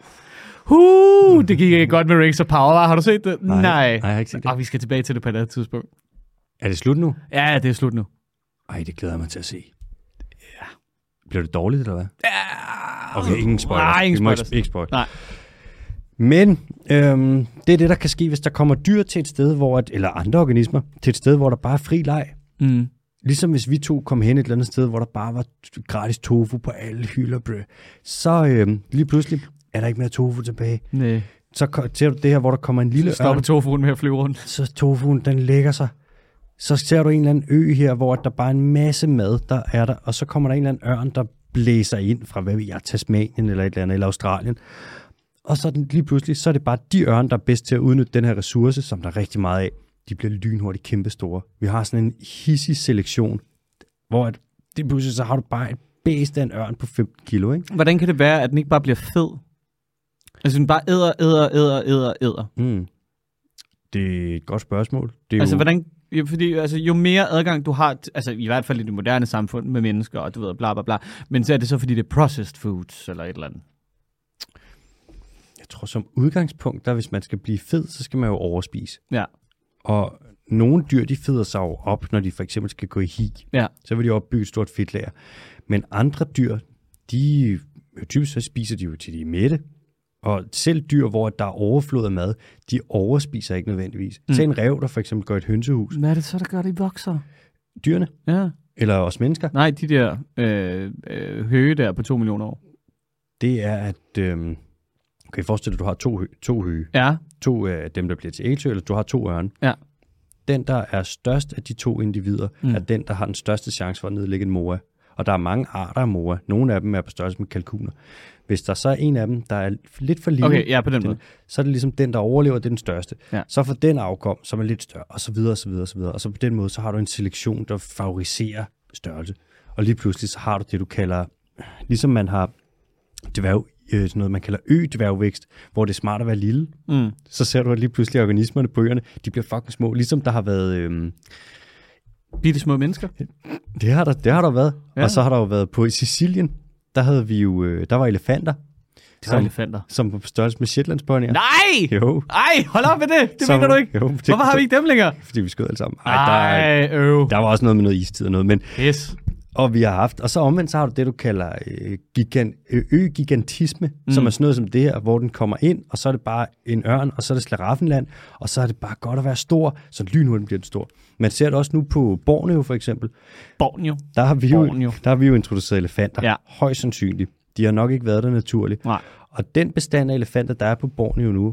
Det gik ikke godt med Rings of Power. Har du set det? Nej, jeg har ikke set det. Vi skal tilbage til det på et andet tidspunkt. Er det slut nu? Ja, det er slut nu. Ej, det glæder jeg mig til at se. Ja. Bliver det dårligt, eller hvad? Ja. Okay, ingen spoilers. Nej, ingen spoilers. Ikke spoilers. Nej. Men det er det, der kan ske, hvis der kommer dyr til et sted, eller andre organismer, til et sted, hvor der bare er fri leg. Mm. Ligesom hvis vi to kom hen et eller andet sted, hvor der bare var gratis tofu på alle hylder, så lige pludselig er der ikke mere tofu tilbage. Nej. Så ser du det her, hvor der kommer en lille ørn. Så stopper tofuen med at flyve rundt. Så tofuen, den lægger sig. Så ser du en eller anden ø her, hvor der bare er en masse mad, der er der. Og så kommer der en eller anden ørn, der blæser ind fra, hvad ved jeg, Tasmanien eller et eller andet, eller Australien. Og så lige pludselig, så er det bare de ørn, der er bedst til at udnytte den her ressource, som der er rigtig meget af. De bliver lynhurtigt kæmpestore. Vi har sådan en hissig selektion, hvor det pludselig, så har du bare et bæst af en ørn på 15 kilo, ikke? Hvordan kan det være, at den ikke bare bliver fed? Altså den bare æder. Det er et godt spørgsmål. Det er altså jo... hvordan... Fordi jo mere adgang du har, altså i hvert fald i det moderne samfund med mennesker, og du ved, bla bla bla, men så er det så, fordi det er processed foods, eller et eller andet? Jeg tror som udgangspunkt, hvis man skal blive fed, så skal man jo overspise. Ja. Og nogle dyr, de feder sig jo op, når de for eksempel skal gå i hi. Ja. Så vil de opbygge et stort fedtlager. Men andre dyr, typisk så spiser de jo til de er mætte. Og selv dyr, hvor der er overflod af mad, de overspiser ikke nødvendigvis. Så en ræv, der for eksempel går i et hønsehus. Hvad er det så, der gør, de vokser? Dyrene? Ja. Eller os mennesker? Nej, de der høge der på 2 millioner år. Det er, at... Okay, forestil dig, at du har to høge. Ja. 2 af dem, der bliver til ægtø, eller du har 2 ørne. Ja. Den, der er størst af de 2 individer, er den, der har den største chance for at nedlægge en moa. Og der er mange arter af moa. Nogle af dem er på størrelse med kalkuner. Hvis der så er en af dem, der er lidt for lille, okay, ja, på den måde, så er det ligesom den, der overlever, det er den største. Ja. Så får den afkom, som er lidt større, og så videre, og så videre, og så videre. Og så på den måde, så har du en selektion, der favoriserer størrelse. Og lige pludselig, så har du det, du kalder, ligesom man har sådan noget, man kalder ø-dværgvækst, hvor det er smart at være lille. Så ser du, at lige pludselig organismerne på øerne, de bliver fucking små. Ligesom der har været... bitte små mennesker? Det har der været. Ja. Og så har der jo været på Sicilien, der havde vi jo, der var elefanter. Elefanter. Som på størrelse med shetlandsponyer. Nej! Jo. Ej, hold op med det! Mener du ikke? Jo, hvorfor har vi ikke dem længere? Fordi vi skød alle sammen. Der var også noget med noget istid og noget. Men, yes. Og vi har haft, og så omvendt, så har du det, du kalder ø-gigantisme, som er sådan noget som det her, hvor den kommer ind, og så er det bare en ørn, og så er det Slaraffenland, og så er det bare godt at være stor, så lynhurtigt bliver den stor. Man ser det også nu på Borneo for eksempel. Borneo? Der har vi jo introduceret elefanter, ja. Højst sandsynligt. De har nok ikke været der naturligt. Nej. Og den bestand af elefanter, der er på Borneo nu,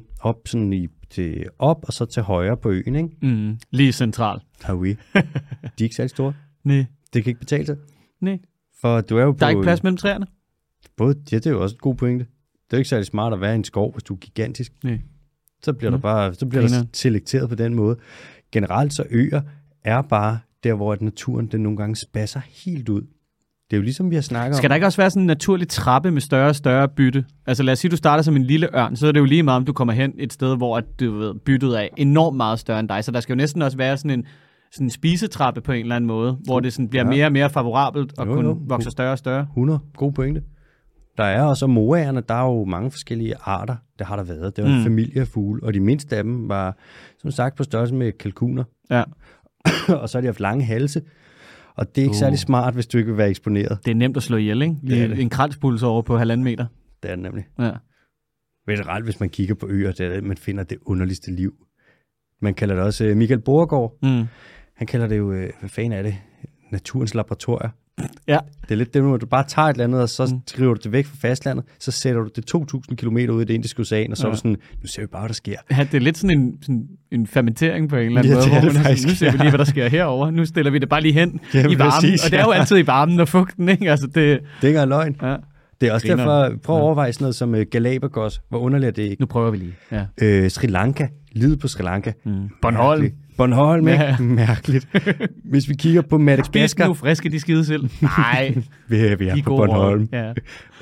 op og så til højre på øen, ikke? Lige central. Har vi. De er ikke særlig store. Nej. Det kan ikke betale sig. Nej. For du er jo der er ikke plads mellem træerne? Det er jo også et god pointe. Det er jo ikke særlig smart at være i en skov, hvis du er gigantisk. Nej. Så bliver der selekteret på den måde. Generelt så øer er bare der, hvor naturen den nogle gange spasser helt ud. Det er jo ligesom, vi har snakket om. Skal der ikke også være sådan en naturlig trappe med større og større bytte? Altså lad os sige, du starter som en lille ørn, så er det jo lige meget, om du kommer hen et sted, hvor byttet er enormt meget større end dig. Så der skal jo næsten også være sådan en spisetrappe på en eller anden måde, hvor det sådan bliver mere og mere favorabelt og kun vokser større og større. 100. God pointe. Der er også moaerne, der er jo mange forskellige arter, der har der været. Det var en familie af fugle, og de mindste af dem var, som sagt, på størrelse med kalkuner. Ja. Og så har de haft lange halse. Og det er ikke særlig smart, hvis du ikke vil være eksponeret. Det er nemt at slå ihjel, ikke? Lige en kralspuls over på 1,5 meter. Det er det nemlig. Ja. Generelt, hvis man kigger på øer, det er det, man finder det underligste liv. Man kalder det også Michael Borregaard. Han kalder det jo, hvad fanden er det? Naturens laboratorier. Ja. Det er lidt det, når du bare tager et eller andet, og så skriver du det væk fra fastlandet, så sætter du det 2.000 kilometer ud i det indiske ocean, og så er du sådan, nu ser vi bare, hvad der sker. Ja, det er lidt sådan en fermentering på en eller anden måde, hvor man faktisk, nu ser vi lige, hvad der sker herover. Nu stiller vi det bare lige hen i varmen, og det er jo altid i varmen og fugten, ikke? Altså det er ikke engang løgn. Ja. Det er også derfor, prøv at overveje sådan noget som Galapagos. Hvor underligt er det ikke? Nu prøver vi lige. Ja. Sri Lanka. Livet på Sri Lanka. Bornholm. Bornholm, ikke? Ja. Mærkeligt. Hvis vi kigger på Madagaskar. Nu friske de skide selv. Nej. vi er på Bornholm. Ja.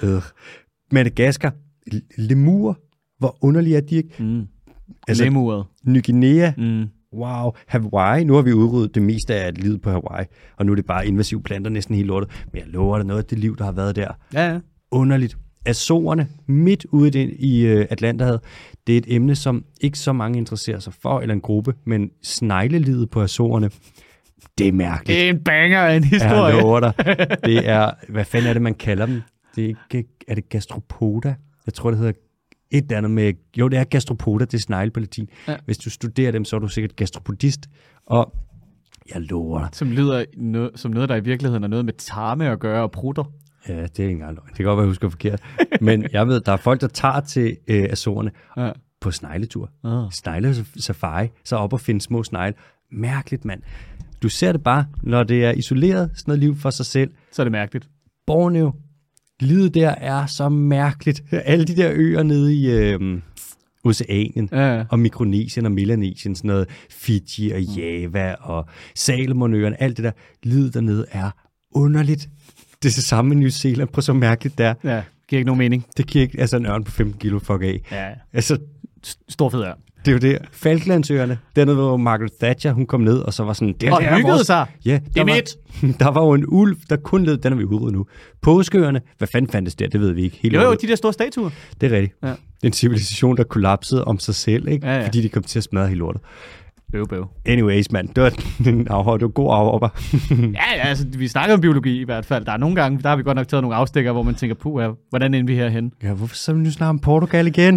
Madagaskar. Lemur. Hvor underligt er de ikke? Altså, lemuret. Ny Guinea. Wow. Hawaii. Nu har vi udryddet det meste af livet på Hawaii. Og nu er det bare invasive planter næsten helt lortet. Men jeg lover dig noget af det liv, der har været der. Ja. Underligt. Azorerne midt ude i Atlanterhavet. Det er et emne, som ikke så mange interesserer sig for, eller en gruppe, men sneglelivet på Azorerne, det er mærkeligt. Det er en banger af en historie. Jeg lover dig. Det er, hvad fanden er det, man kalder dem? Det er ikke, er det gastropoda? Jeg tror, det hedder et eller andet med, jo, det er gastropoda, det er snegle på latin. Ja. Hvis du studerer dem, så er du sikkert gastropodist, og jeg lover dig. Som lyder som noget, der i virkeligheden er noget med tarme at gøre og prutter. Ja, det er ikke engang løgn. Det kan godt være, jeg husker forkert. Men jeg ved, der er folk, der tager til Azorerne på snegletur. Snegle-safari, så op og finde små snegle. Mærkeligt, mand. Du ser det bare, når det er isoleret, sådan noget liv for sig selv. Så er det mærkeligt. Borneo, livet der er så mærkeligt. Alle de der øer nede i Oceanien, og Mikronesien og Melanesien, sådan noget Fiji og Java og Salomonøerne, alt det der. Livet dernede er underligt. Det er det samme med New Zealand. Prøv så mærkeligt der. Ja, det giver ikke nogen mening. Det giver ikke, altså en ørn på 15 kilo, fuck af. Ja, altså, stor fed ørn. Det er jo det. Falklandsøerne, dernede hvor Margaret Thatcher, hun kom ned, og så var sådan... Det og hyggede sig. Ja, det er mit. Der var jo en ulv, der kun led, den har vi udryddet nu. Påskeøerne, hvad fanden fandtes der? Det ved vi ikke. Helt jo, de der store statuer. Det er rigtigt. Ja. Det er en civilisation, der kollapsede om sig selv, ikke? Ja. Fordi de kom til at smadre hele lortet. Bøv. Anyways, mand, det var en god afhopper. ja, altså, vi snakker om biologi i hvert fald. Der er nogle gange, der har vi godt nok taget nogle afstikker, hvor man tænker, hvordan ender vi herhen? Ja, hvorfor så nu snakker om Portugal igen?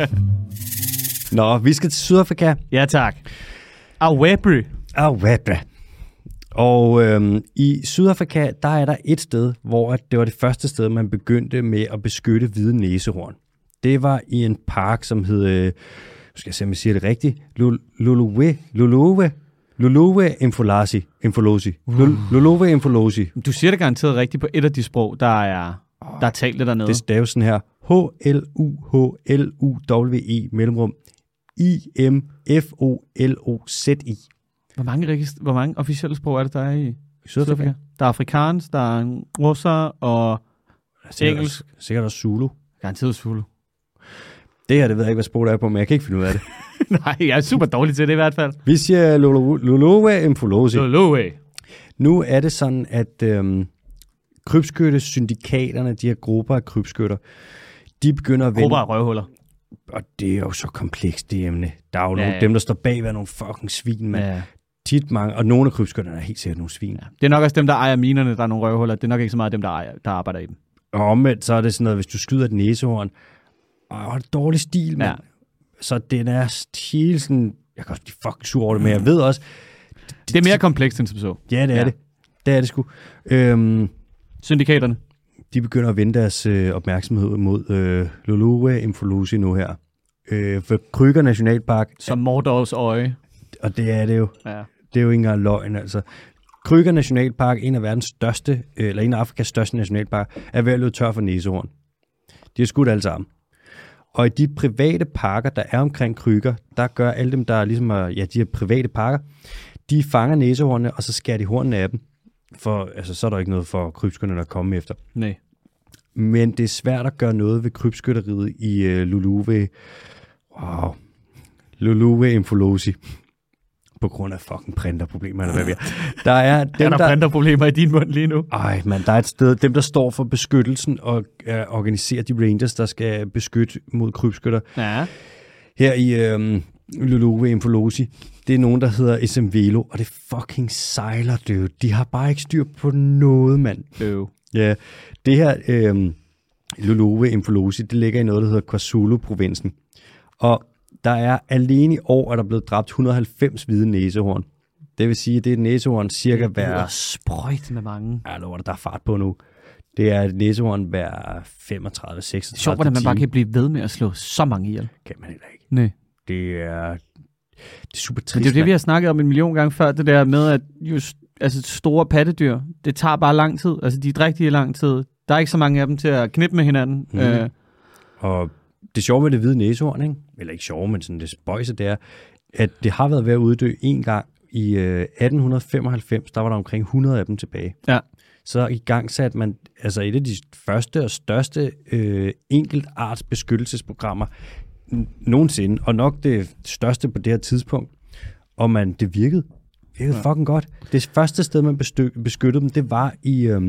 Nå, vi skal til Sydafrika. Ja, tak. Awebre. Og i Sydafrika, der er der et sted, hvor det var det første sted, man begyndte med at beskytte hvide næsehorn. Det var i en park, som hed... nu skal jeg se, om jeg siger det rigtigt. Luluwe Imfolosi. Du siger det garanteret rigtigt på et af de sprog, der er talt det dernede. Det staves sådan her. H-L-U-H-L-U-W-E mellemrum I-M-F-O-L-O-Z-I. Hvor mange officielle sprog er det, der er i Sydafrika? Der er afrikansk, der er russer og engelsk. Sikkert også Zulu. Garanteret Zulu. Det her, det ved jeg ikke, hvad sprog der er på, men jeg kan ikke finde ud af det. Nej, jeg er super dårlig til det i hvert fald. Vi siger Luluwe Imfolosi. Luluwe. Nu er det sådan, at krybskyttesyndikaterne, de her grupper af krybskytter, de begynder at vende... Grupper af røvhuller. Og det er jo så komplekst, det emne. Der er jo dem, der står bag ved nogle fucking svin, mand. Ja. Tit mange, og nogle af krybskytterne er helt sikkert nogle svin. Ja. Det er nok også dem, der ejer minerne, der er nogle røvhuller. Det er nok ikke så meget dem, der arbejder i dem. Og omvendt, så er det sådan noget, hvis du skyder et næsehorn, og har dårlig stil, mand. Ja. Så den er helt sådan... Jeg kan også blive fucking sur over det, men jeg ved også... Det er mere komplekst, end som så. Ja, det er det. Det er det sgu. Syndikaterne. De begynder at vende deres opmærksomhed mod Luluwe Imfolosi nu her. For Kruger Nationalpark... Som Mordors øje. Og det er det jo. Ja. Det er jo ikke engang løgn, altså. Kruger Nationalpark, en af verdens største, eller en af Afrikas største nationalpark, er ved at løbe tør for næsehorn. De har skudt alle sammen. Og i de private parker, der er omkring Kruger, der gør alle dem, der ligesom er, de her private parker, de fanger næsehornene, og så skærer de hornene af dem. For altså, så er der ikke noget for krybskytterne at komme efter. Nej. Men det er svært at gøre noget ved krybskytteriet i Luluwe Imfolosi. På grund af fucking printerproblemer, eller hvad vi er. Der er printerproblemer i din mund lige nu? Ej, man, der er et sted, dem der står for beskyttelsen og organiserer de rangers, der skal beskytte mod krybskytter. Ja. Her i Luluwe Imfolosi, det er nogen, der hedder SMVelo, og det fucking sejler, dude. De har bare ikke styr på noget, mand. Ja, det her Luluwe Imfolosi, det ligger i noget, der hedder KwaZulu-provinsen. Og der er alene i år, der blevet dræbt 190 hvide næsehorn. Det vil sige, at det er et næsehorn cirka hver... Det er sprøjt med mange. Ja, der er fart på nu. Det er et næsehorn hver 35-36 Det er sjovt, hvordan man bare kan blive ved med at slå så mange ihjel. Kan man heller ikke. Nej. Det er super trist. Men det er jo det, vi har snakket om 1 million gange før, det der med, at just, altså store pattedyr, det tager bare lang tid. Altså de er rigtig lang tid. Der er ikke så mange af dem til at knippe med hinanden. Og det sjove med det hvide næsehorn, ikke? Eller ikke sjove, men sådan det spøjse, det er, at det har været ved at uddø en gang i 1895, der var der omkring 100 af dem tilbage. Ja. Så i gang satte man altså et af de første og største enkeltarts beskyttelsesprogrammer nogensinde, og nok det største på det her tidspunkt. Og det virkede fucking godt. Det første sted, man beskyttede dem, det var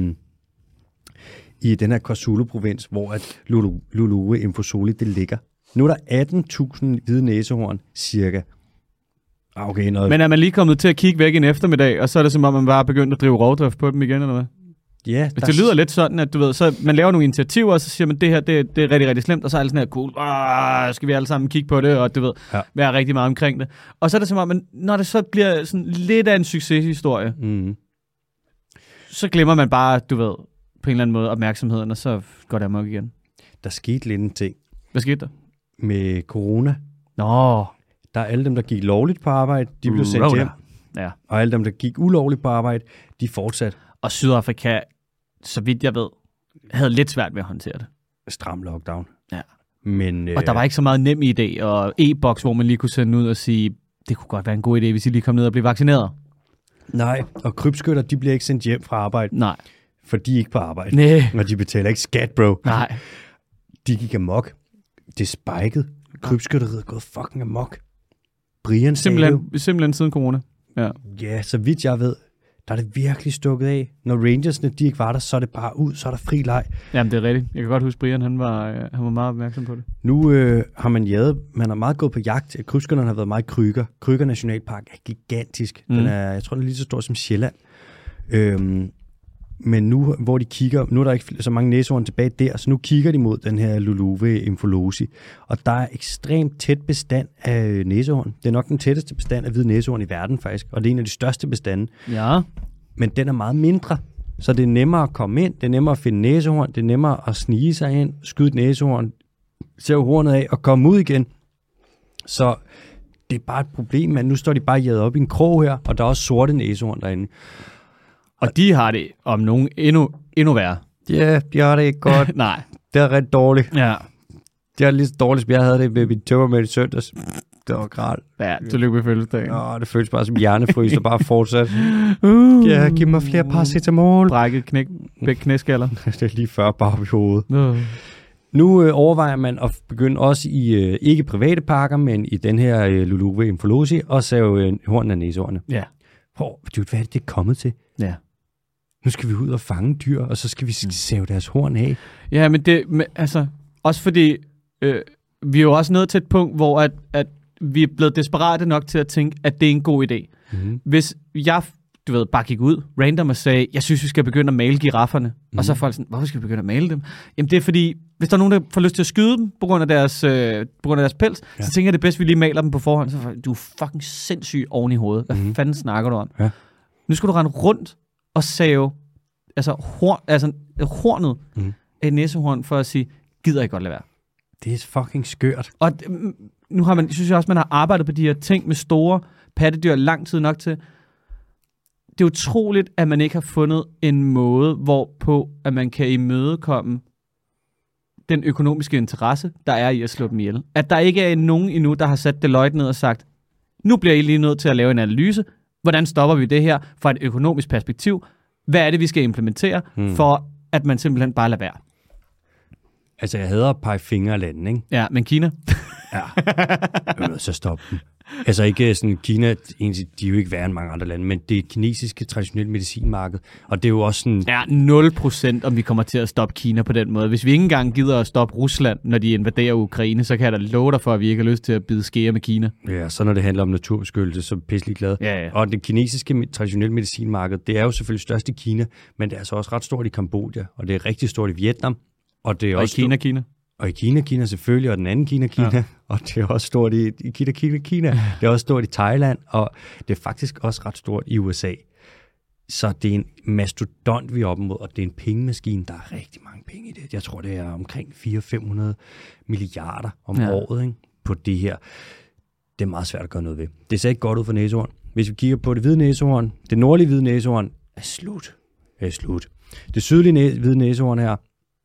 i den her KwaZulu-provins, hvor at Luluwe Imfosoli, det ligger. Nu er der 18.000 hvide næsehorn, cirka. Okay, noget. Men er man lige kommet til at kigge væk en eftermiddag, og så er det som om, man bare er begyndt at drive rovdrift på dem igen, eller hvad? Ja. Det lyder lidt sådan, at du ved, så man laver nogle initiativer, og så siger man, det her, det er rigtig, rigtig slemt, og så er det sådan her, cool, skal vi alle sammen kigge på det, og du ved, være rigtig meget omkring det. Og så er det som om, når det så bliver sådan lidt af en succeshistorie, så glemmer man bare, du ved, på en eller anden måde opmærksomheden, og så går det amok igen. Der skete lidt en ting. Hvad skete der? Med corona. Nå. Der er alle dem, der gik lovligt på arbejde, de blev sendt hjem. Ja. Og alle dem, der gik ulovligt på arbejde, de fortsatte. Og Sydafrika, så vidt jeg ved, havde lidt svært ved at håndtere det. Stram lockdown. Ja. Men, og der var ikke så meget nem idé, og e-boks, hvor man lige kunne sende ud og sige, det kunne godt være en god idé, hvis I lige kom ned og blev vaccineret. Nej, og krybskytter, de bliver ikke sendt hjem fra arbejde. Nej. For de er ikke på arbejde. Nej. Og de betaler ikke skat, bro. Nej. De gik amok. Det spikede. Krybskytteriet er gået fucking amok. Brian simpelthen siden corona. Ja. Ja, så vidt jeg ved, der er det virkelig stukket af. Når Rangersne, de ikke var der, så er det bare ud, så er der fri leg. Jamen, det er rigtigt. Jeg kan godt huske, Brian, han var meget opmærksom på det. Nu har man har meget gået på jagt. Krybskytterne har været meget Krüger. Krüger Nationalpark er gigantisk. Jeg tror, den er lige så stor som Sjælland. Men nu, hvor de kigger, nu er der ikke så mange næsehorn tilbage der, så nu kigger de mod den her Luluwe Imfolosi. Og der er ekstremt tæt bestand af næsehorn. Det er nok den tætteste bestand af hvide næsehorn i verden faktisk, og det er en af de største bestande. Ja. Men den er meget mindre, så det er nemmere at komme ind, det er nemmere at finde næsehorn, det er nemmere at snige sig ind, skyde et næsehorn, sæve hornet af og komme ud igen. Så det er bare et problem, men nu står de bare jaget op i en krog her, og der er også sorte næsehorn derinde. Og de har det om nogen endnu værre. Ja, de har det ikke godt. Nej. Det er ret dårligt. Ja. Det er lige så dårligt, som jeg havde det med mit tømmermænd i søndags. Det var grædt. Ja, tillykke med fødselsdagen. Det føles bare som hjernefrys, der bare fortsat. Ja, giv mig flere paracetamol. Brækket begge knæskaller. Det er lige før bare op i hovedet. Nu overvejer man at begynde også i ikke private parker, men i den her Luluwe Imfolosi, og save hornene af næsehornene. Ja. Hvad er det er kommet til? Ja. Nu skal vi ud og fange dyr, og så skal vi save deres horn af. Ja, men altså, også fordi vi er jo også nået til et punkt, hvor at vi er blevet desperate nok til at tænke, at det er en god idé. Mm-hmm. Hvis jeg, bare gik ud random og sagde, jeg synes, vi skal begynde at male girafferne, og så er folk sådan, hvorfor skal vi begynde at male dem? Jamen det er fordi, hvis der er nogen, der får lyst til at skyde dem på grund af deres pels, så tænker jeg, det er bedst, at vi lige maler dem på forhånd. Så du er fucking sindssyg oven i hovedet. Hvad fanden snakker du om? Ja. Nu skal du rende rundt og save hornet af et næsehorn for at sige, gider jeg godt lade være. Det er fucking skørt. Og nu synes jeg også, man har arbejdet på de her ting med store pattedyr lang tid nok til. Det er utroligt, at man ikke har fundet en måde, hvorpå at man kan imødekomme den økonomiske interesse, der er i at slå dem ihjel. At der ikke er nogen endnu, der har sat Deloitte ned og sagt, nu bliver I lige nødt til at lave en analyse. Hvordan stopper vi det her fra et økonomisk perspektiv? Hvad er det, vi skal implementere, for at man simpelthen bare lader være? Altså, jeg hader at pege fingre af landen, ikke? Ja, men Kina? Ja, så stop dem. Altså ikke sådan, Kina, de er jo ikke værre end mange andre lande, men det er et kinesiske traditionelle medicinmarked, og det er jo også sådan... Ja, 0% om vi kommer til at stoppe Kina på den måde. Hvis vi ikke engang gider at stoppe Rusland, når de invaderer Ukraine, så kan jeg da love dig for, at vi ikke har lyst til at bide skære med Kina. Ja, så når det handler om naturbeskyttelse, så er vi pisselig glade. Ja. Og det kinesiske traditionelle medicinmarked, det er jo selvfølgelig størst i Kina, men det er altså også ret stort i Kambodja, og det er rigtig stort i Vietnam. Og det er også i Kina. Og i Kina selvfølgelig, og den anden Kina, ja. Og det er også stort i Kina. Det er også stort i Thailand, og det er faktisk også ret stort i USA. Så det er en mastodont, vi er oppe mod, og det er en pengemaskine. Der er rigtig mange penge i det. Jeg tror, det er omkring 400-500 milliarder om året, ikke, på det her. Det er meget svært at gøre noget ved. Det ser ikke godt ud for næsehorn. Hvis vi kigger på det hvide næsehorn, det nordlige hvide næsehorn er slut. Det sydlige hvide næsehorn her,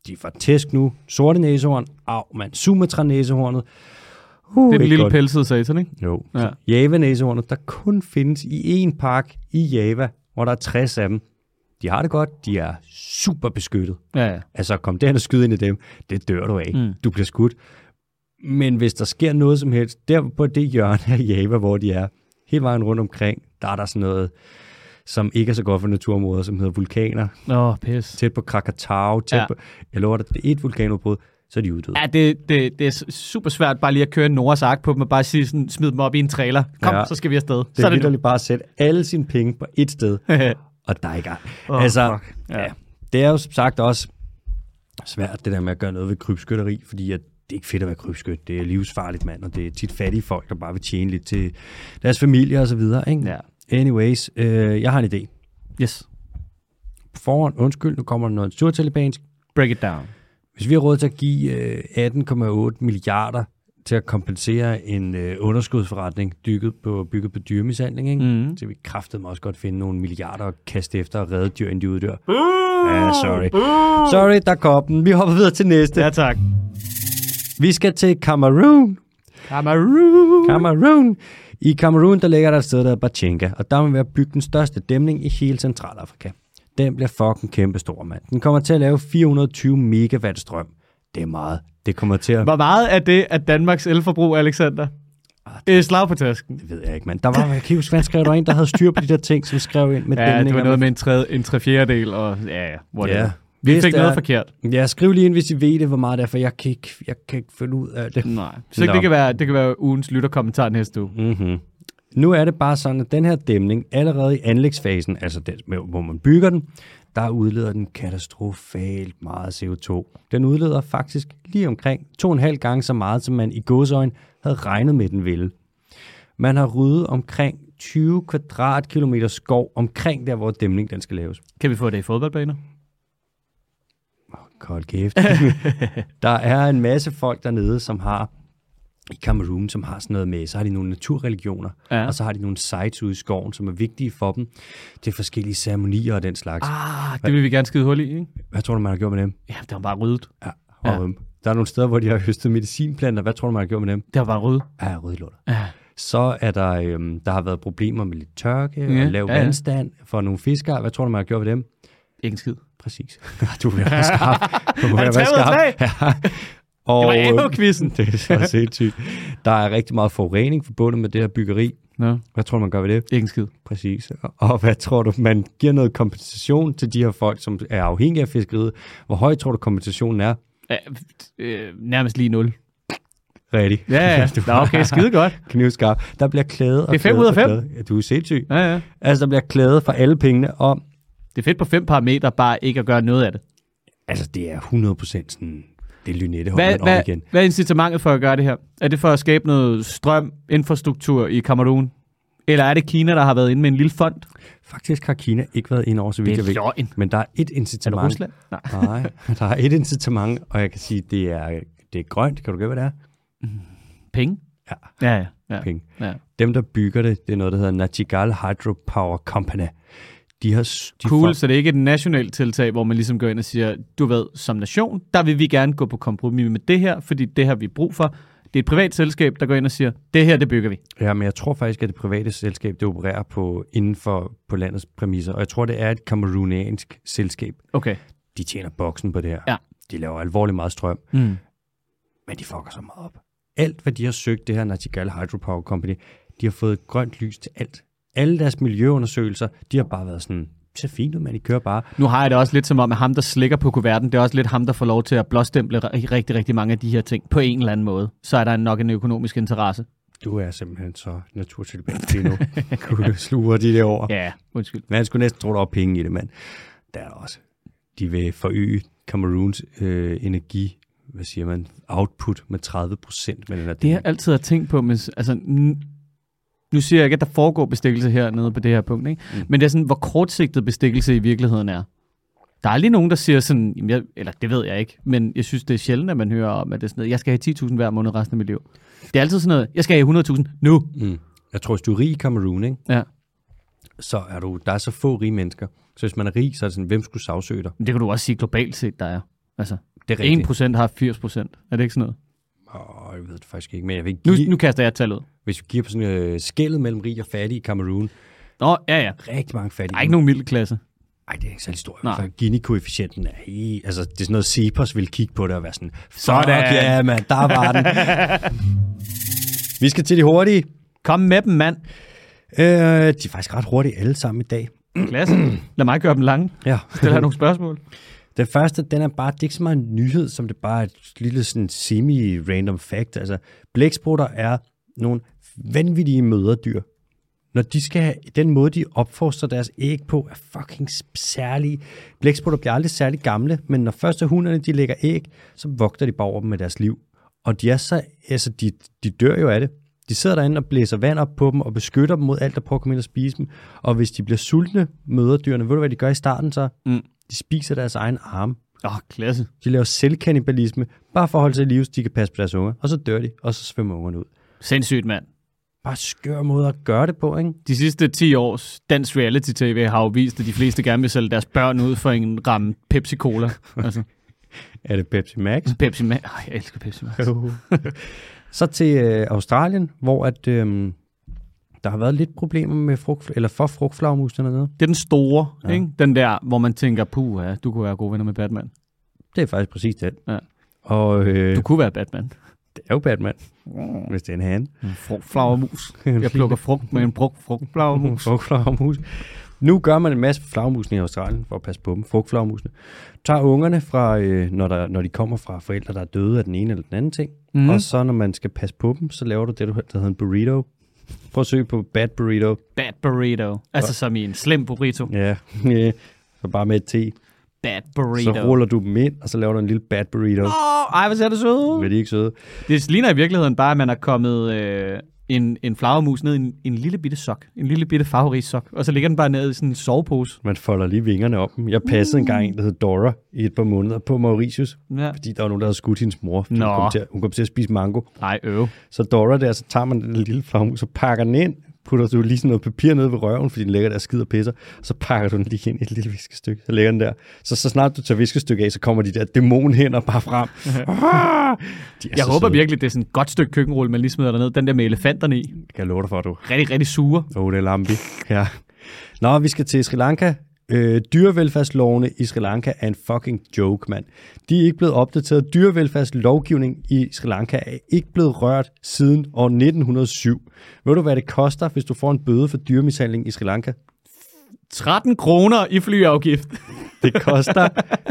De får tæsk nu. Sorte næsehorn. Man. Sumatra-næsehornet. Det er den lille pelsede satan, ikke? Jo. Ja. Java-næsehornet, der kun findes i en park i Java, hvor der er 60 af dem. De har det godt. De er super beskyttet. Ja. Altså, kom derhen og skyde ind i dem. Det dør du af. Du bliver skudt. Men hvis der sker noget som helst, der på det hjørne af Java, hvor de er, hele vejen rundt omkring, der er der sådan noget, som ikke er så godt for naturområder, som hedder vulkaner. Pis. Tæt på Krakatau, på, eller hvor der er et vulkanudbrud, så er de uddøde. Ja, det er super svært bare lige at køre en Noras ark på dem og bare sige sådan, smid dem op i en trailer. Kom, så skal vi afsted. Det er vitterligt bare at sætte alle sine penge på et sted, og der er i gang. Det er jo som sagt også svært, det der med at gøre noget ved krybskytteri, fordi at det er ikke fedt at være krybskyt. Det er livsfarligt, mand, og det er tit fattige folk, der bare vil tjene lidt til deres familie og så videre, ikke? Ja. Anyways, jeg har en idé. Yes. På forhånd, undskyld, nu kommer der noget surtalibansk. Break it down. Hvis vi har råd til at give 18,8 milliarder til at kompensere en underskudsforretning bygget på dyremishandling, ikke? Så vi kraftedeme også godt finde nogle milliarder og kaste efter og redde dyr, inden de uddør. Sorry, der kom den. Vi hopper videre til næste. Ja, tak. Vi skal til Cameroon. I Cameroon, der ligger der et sted, der hedder Bachenga, og der vil være bygget den største dæmning i hele Centralafrika. Den bliver fucking kæmpe stor, mand. Den kommer til at lave 420 megawatt strøm. Det er meget. Det kommer til at... Hvor meget er det af Danmarks elforbrug, Alexander? Slag på tasken. Det ved jeg ikke, mand. Der var, jeg kan huske, hvad skrev der en, der havde styr på de der ting, som skrev ind med dæmninger. Ja, det var noget med en 3/4 og whatever. Vi fik noget forkert. Ja, skriv lige ind, hvis I ved det, hvor meget det er, for jeg kan ikke finde ud af det. Nej, så det kan være ugens lytterkommentar næste uge. Mm-hmm. Nu er det bare sådan, at den her dæmning allerede i anlægsfasen, altså den, hvor man bygger den, der udleder den katastrofalt meget CO2. Den udleder faktisk lige omkring 2,5 gange så meget, som man i gåseøjne havde regnet med, den ville. Man har ryddet omkring 20 kvadratkilometer skov omkring der, hvor dæmningen den skal laves. Kan vi få det i fodboldbaner? Kold kæft. Der er en masse folk dernede, som har i Cameroon, som har sådan noget med, så har de nogle naturreligioner, og så har de nogle sites ude i skoven, som er vigtige for dem. Det er forskellige ceremonier og den slags. Det vil vi gerne skide hul i, ikke? Hvad tror du, man har gjort med dem? Ja, det var bare ryddet. Ja. Der er nogle steder, hvor de har høstet medicinplanter. Hvad tror du, man har gjort med dem? Det var bare ryddet. Ja, ryddet lort. Ja. Så er der har været problemer med lidt tørke og lav vandstand for nogle fiskere. Hvad tror du, man har gjort med dem? Ikke en skid. Præcis. Du vil være skarp. Og det var AO-quizzen. Det er så sindssygt. Der er rigtig meget forurening forbundet med det her byggeri. Ja. Hvad tror du, man gør ved det? Ikke en skid. Præcis. Og hvad tror du, man giver noget kompensation til de her folk, som er afhængige af fiskeriet? Hvor høj tror du, kompensationen er? Nærmest lige 0. Rigtigt. Ja. Okay, skide godt. Knivskarp. Der bliver klaget. Det er 5 ud af 5. Ja, du er sindssyg. Ja. Altså, der bliver klaget for alle pengene om... Det er fedt på 5 parametre, bare ikke at gøre noget af det. Altså, det er 100% sådan... Det er Lynetteholdet op igen. Hvad er incitamentet for at gøre det her? Er det for at skabe noget strøm, infrastruktur i Cameroon? Eller er det Kina, der har været inde med en lille fond? Faktisk har Kina ikke været inde over, så vidt jeg ved. Løgn. Men der er et incitament. Er det Rusland? Nej, der er et incitament, og jeg kan sige, det er grønt. Kan du gætte, hvad det er? Penge? Ja. Penge. Ja. Dem, der bygger det er noget, der hedder Nachtigal Hydropower Company. Cool, så det er ikke et nationalt tiltag, hvor man ligesom går ind og siger, du ved, som nation, der vil vi gerne gå på kompromis med det her, fordi det har vi brug for. Det er et privat selskab, der går ind og siger, det her, det bygger vi. Ja, men jeg tror faktisk, at det private selskab, det opererer inden for landets præmisser, og jeg tror, det er et camerooniansk selskab. Okay. De tjener boksen på det her. Ja. De laver alvorligt meget strøm, men de fucker så meget op. Alt, hvad de har søgt, det her Nachtigal Hydropower Company, de har fået grønt lys til alt. Alle deres miljøundersøgelser, de har bare været sådan, så fint ud, man, I kører bare. Nu har jeg det også lidt som om, at ham, der slikker på kuverten, det er også lidt ham, der får lov til at blåstemple rigtig, rigtig mange af de her ting på en eller anden måde. Så er der nok en økonomisk interesse. Du er simpelthen så naturtilbændt lige nu. Du sluger de der over. Ja, undskyld. Man skulle næsten tro, der var penge i det, mand. Der er også. De vil forøge Cameroons energi, hvad siger man, output med 30% med den her. Det har jeg altid tænkt på, men altså... Nu siger jeg ikke, at der foregår bestikkelse hernede på det her punkt, ikke? Men det er sådan, hvor kortsigtet bestikkelse i virkeligheden er. Der er lige nogen, der siger sådan, eller det ved jeg ikke, men jeg synes, det er sjældent, at man hører om, at det er sådan noget, jeg skal have 10.000 hver måned resten af mit liv. Det er altid sådan noget, jeg skal have 100.000 nu. Jeg tror, hvis du er rig i Cameroon, ikke? Ja. Så er der er så få rige mennesker. Så hvis man er rig, så er det sådan, hvem skulle sagsøge dig? Men det kan du også sige globalt set, der er. Altså. det er rigtigt. 1% har 80%. Er det ikke sådan noget? Jeg ved det faktisk ikke, men jeg vil give... Nu kaster jeg et tal ud. Hvis vi giver på sådan skældet mellem rig og fattig i Cameroon. Nå, ja. Rigtig mange fattige. Der er ikke nogen middelklasse. Nej, det er ikke særlig stort. For Gini-koefficienten er helt... Altså, det er sådan noget, Cepos vil kigge på det og være sådan... Fuck ja, mand, der var den. Vi skal til de hurtige. Kom med dem, mand. De er faktisk ret hurtige alle sammen i dag. Klasse. Lad mig gøre dem lange. Ja. Stiller jeg nogle spørgsmål. Den første, den er bare, det er ikke så meget en nyhed, som det bare er et lille sådan semi-random fact. Altså, blæksprutter er nogle vanvittige mødredyr. Når de skal have, den måde, de opfostrer deres æg på, er fucking særlige. Blæksprutter bliver aldrig særlig gamle, men når første hunderne, de lægger æg, så vogter de bare over dem med deres liv. Og de er så, altså, de dør jo af det. De sidder derinde og blæser vand op på dem og beskytter dem mod alt, der prøver at komme ind og spise dem. Og hvis de bliver sultne, mødredyrene, ved du, hvad de gør i starten så? De spiser deres egen arme. Klasse. De laver selvkannibalisme, bare for at holde sig i live, så de kan passe på deres unger. Og så dør de, og så svømmer ungerne ud. Sindssygt, mand. Bare skør måde at gøre det på, ikke? De sidste 10 års dansk reality-tv har jo vist, at de fleste gerne vil sælge deres børn ud for en ramme Pepsi-Cola. Altså. Er det Pepsi Max? Pepsi Max. Jeg elsker Pepsi Max. Så til Australien, hvor at, der har været lidt problemer med frugtflagermusene dernede. Det er den store, ikke? Den der, hvor man tænker, puha, du kunne være gode venner med Batman. Det er faktisk præcis det. Ja. Og, du kunne være Batman. Det er jo Batman, hvis det er en han. Frugtflagermus. Jeg plukker frugt med en frugtflagermus. Frugtflagermus. Nu gør man en masse flagermusene i Australien for at passe på dem. Frugtflagermusene. Tager ungerne fra, når de kommer fra forældre, der er døde af den ene eller den anden ting. Mm-hmm. Og så når man skal passe på dem, så laver du det, der hedder en burrito. Prøv at søge på bad burrito. Bad burrito. Altså som i en slem burrito. Ja. Så bare med et te. Bad burrito. Så ruller du dem ind, og så laver du en lille bad burrito. Ej, hvad ser det søde? Men de er ikke søde. Det ligner i virkeligheden bare, at man har kommet en flagermus ned i en lille bitte sok. En lille bitte farverig sok. Og så ligger den bare ned i sådan en sovepose. Man folder lige vingerne op. Jeg passede en gang en, der hed Dora, i et par måneder på Mauritius. Ja. Fordi der var nogen, der havde skudt hendes mor. Hun kom til at spise mango. Nej, Så Dora der, så tager man den lille flagermus og pakker den ind. Putter du lige sådan noget papir ned ved røven, fordi den ligger der skid og pisser, og så pakker du den lige ind i et lille viskestykke. Så ligger den der. Så snart du tager viskestykke af, så kommer de der dæmonhænder bare frem. Jeg håber virkelig, det er sådan et godt stykke køkkenrulle, man lige smider derned. Den der med elefanterne i. Det kan jeg love dig for, du. Rigtig, rigtig sure. Det er lambi. Ja. Nå, vi skal til Sri Lanka. Dyrevelfærdslovene i Sri Lanka er en fucking joke, mand. De er ikke blevet opdateret. Dyrevelfærdslovgivning i Sri Lanka er ikke blevet rørt siden år 1907. Ved du, hvad det koster, hvis du får en bøde for dyremishandling i Sri Lanka? 13 kroner i flyafgift. Det koster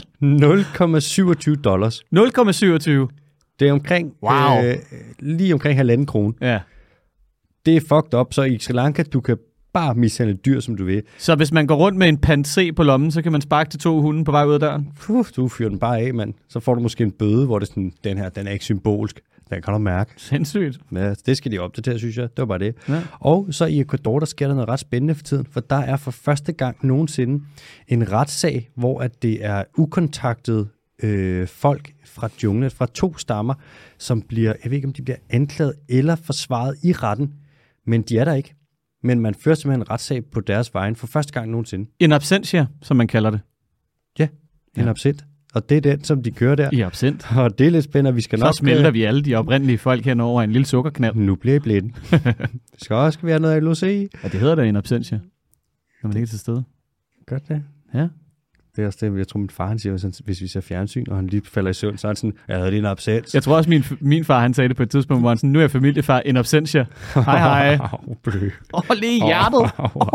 $0,27. 0,27? Det er omkring, lige omkring 1,5 krone. Ja. Det er fucked up, så i Sri Lanka, du kan bare mishandle dyr, som du vil. Så hvis man går rundt med en Pant-C på lommen, så kan man sparke til 2 hunde på vej ud af døren? Du fyrer den bare af, mand. Så får du måske en bøde, hvor det er sådan, den her, den er ikke symbolsk. Den kan du mærke. Sindssygt. Ja, det skal de opdatere, synes jeg. Det var bare det. Ja. Og så i Ecuador, der sker der noget ret spændende for tiden, for der er for første gang nogensinde en retssag, hvor at det er ukontaktede folk fra junglen, fra 2 stammer, som bliver, jeg ved ikke, om de bliver anklaget eller forsvaret i retten, men de er der ikke. Men man fører simpelthen en retssag på deres vejen for første gang nogensinde. En absentia, som man kalder det. Ja, en absent. Og det er den, som de kører der. I absent. Og det er lidt spændende, vi skal så nok... Så smelter vi alle de oprindelige folk henover en lille sukkerknald. Nu bliver I blinde. Det skal også være noget LOC. Ja, det hedder da en absentia. Når man ikke er til stede. Godt det. Ja. Det er også det, jeg tror, min far han siger, hvis vi ser fjernsyn, og han lige falder i søvn, så er han sådan, jeg havde lige en absens. Jeg tror også, min far han sagde det på et tidspunkt, hvor han sådan, nu er jeg familiefar, en absentia. Hej. Lige i hjertet.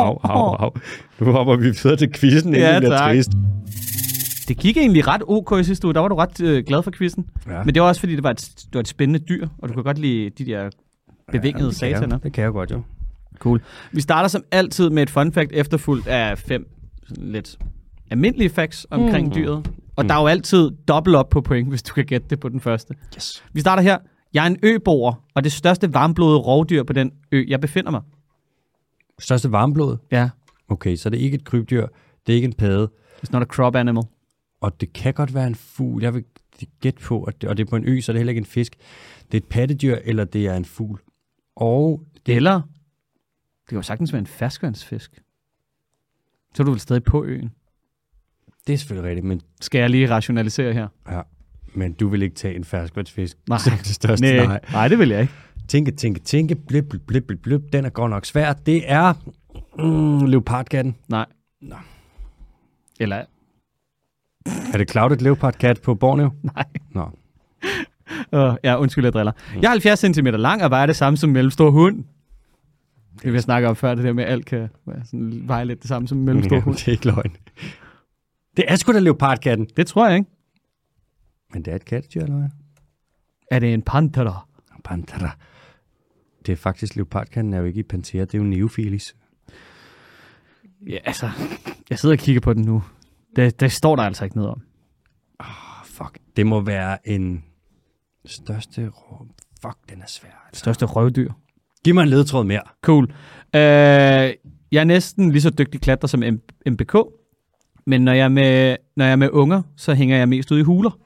Nu hopper vi videre til quizzen, inden det bliver trist. Det gik egentlig ret ok i sidste uge. Der var du ret glad for quizzen. Ja. Men det var også, fordi det var et spændende dyr, og du kan godt lide de der bevingede sataner. Det kan jeg godt, jo. Cool. Vi starter som altid med et fun fact, efterfulgt af 5 lidt almindelige facts omkring dyret. Og der er jo altid dobbelt op på point, hvis du kan gætte det på den første. Yes. Vi starter her. Jeg er en øboer, og det største varmblodede rovdyr på den ø, jeg befinder mig. Største varmblod? Ja. Okay, så det er ikke et krybdyr, det er ikke en padde. It's not a crop animal. Og det kan godt være en fugl. Jeg vil gætte på, og det er på en ø, så det er heller ikke en fisk. Det er et pattedyr, eller det er en fugl. Og eller, det kan jo sagtens være en ferskvandsfisk. Så er du vel stadig på øen. Det er selvfølgelig rigtigt, men... Skal jeg lige rationalisere her? Ja. Men du vil ikke tage en ferskvandsfisk? Nej. Som det største? Nej, det vil jeg ikke. Tænke, blip. Den er godt nok svær. Det er leopardkatten. Nej. Nå. Eller... Er det clouded leopardkat på Borneo? Nej. Nå. Ja, undskyld, jeg driller. Jeg er 70 cm lang og vejer det samme som en mellemstor hund. Det vi snakker om før, det der med, at alt kan veje lidt det samme som en mellemstor hund. Det er ikke løgn. Det er sgu da leopardkatten. Det tror jeg ikke. Men det er et kattedyr, eller hvad? Er det en pantera? Pantera. Det er faktisk, leopardkatten er jo ikke i Pantera, det er jo Neophilis. Ja, altså, jeg sidder og kigger på den nu. Det står der altså ikke noget om. Fuck. Det må være en største... Fuck, den er svær. Altså. Største røvdyr. Giv mig en ledetråd mere. Cool. Jeg er næsten lige så dygtig klatrer som MBK, men når jeg er med unger, så hænger jeg mest ud i huler.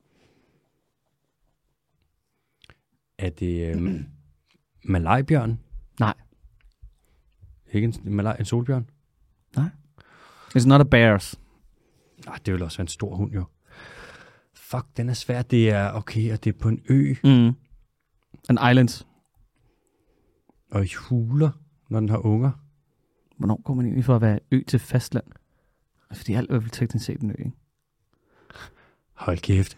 Er det malajbjørn? Nej. Ikke en solbjørn? Nej. It's not a bears. Nej, det vil også være en stor hund, jo. Fuck, den er svær. Det er okay, og det er på en ø. An island. Og i huler, når den har unger. Hvornår går man egentlig for at være ø til fastland? Fordi alt er vel teknisk set en ø, ikke? Hold kæft.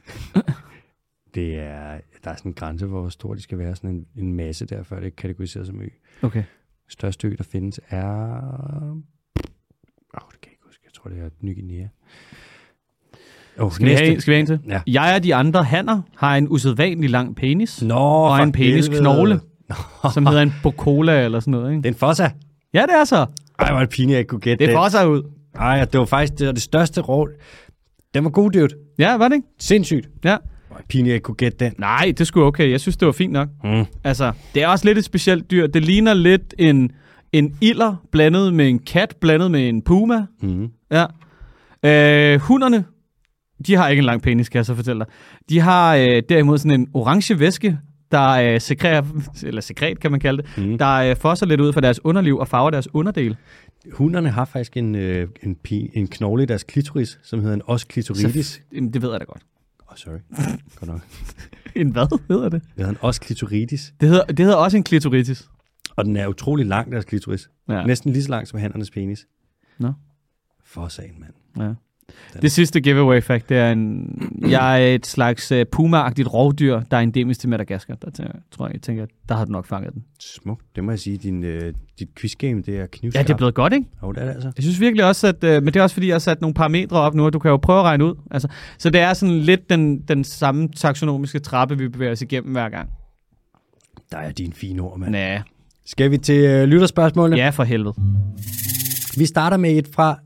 Der er sådan en grænse, hvor stor de skal være. Sådan en masse der, før det er kategoriseret som ø. Okay. Største ø, der findes, er... det kan jeg ikke huske. Jeg tror, det er Ny Guinea. Skal vi have en til? Ja. Jeg og de andre hanner har en usædvanlig lang penis. Og en penisknogle, som hedder en bocola eller sådan noget, ikke? Det er en fossa. Ja, det er så. Ej, hvor er det pinligt, jeg ikke kunne gætte det. Det fosser ud. Ej, det var faktisk det største råd. Den var god, dude. Ja, var det ikke? Sindssygt. Ja. Pinligt, jeg ikke kunne gætte den. Nej, det skulle okay. Jeg synes, det var fint nok. Altså, det er også lidt et specielt dyr. Det ligner lidt en ilder blandet med en kat, blandet med en puma. Ja. Hunderne, de har ikke en lang penis, kan jeg så fortælle dig. De har derimod sådan en orange væske, der sekret kan man kalde det, der fosser lidt ud fra deres underliv og farver deres underdel. Hunderne har faktisk en knogle i deres klitoris, som hedder en os clitoridis. Det ved jeg da godt. Sorry. Godt nok. En hvad hedder det? Det hedder en os clitoridis. Det hedder også en klitoridis. Og den er utrolig lang, deres klitoris. Ja. Næsten lige så lang som handernes penis. Nå. For sagen, mand. Ja. Det sidste giveaway fact, det er jeg er et slags puma-agtigt rovdyr, der er endemisk til Madagaskar. Jeg tænker, der har du nok fanget den. Smukt. Det må jeg sige, dit quizgame, det er knivskarpt. Ja, det er blevet godt, ikke? Jo, det er det altså. Jeg synes virkelig også, men det er også fordi, jeg har sat nogle parametre op nu, og du kan jo prøve at regne ud. Altså, så det er sådan lidt den samme taksonomiske trappe, vi bevæger os igennem hver gang. Der er dine fine ord, mand. Ja. Skal vi til lytterspørgsmålene? Ja, for helvede. Vi starter med et fra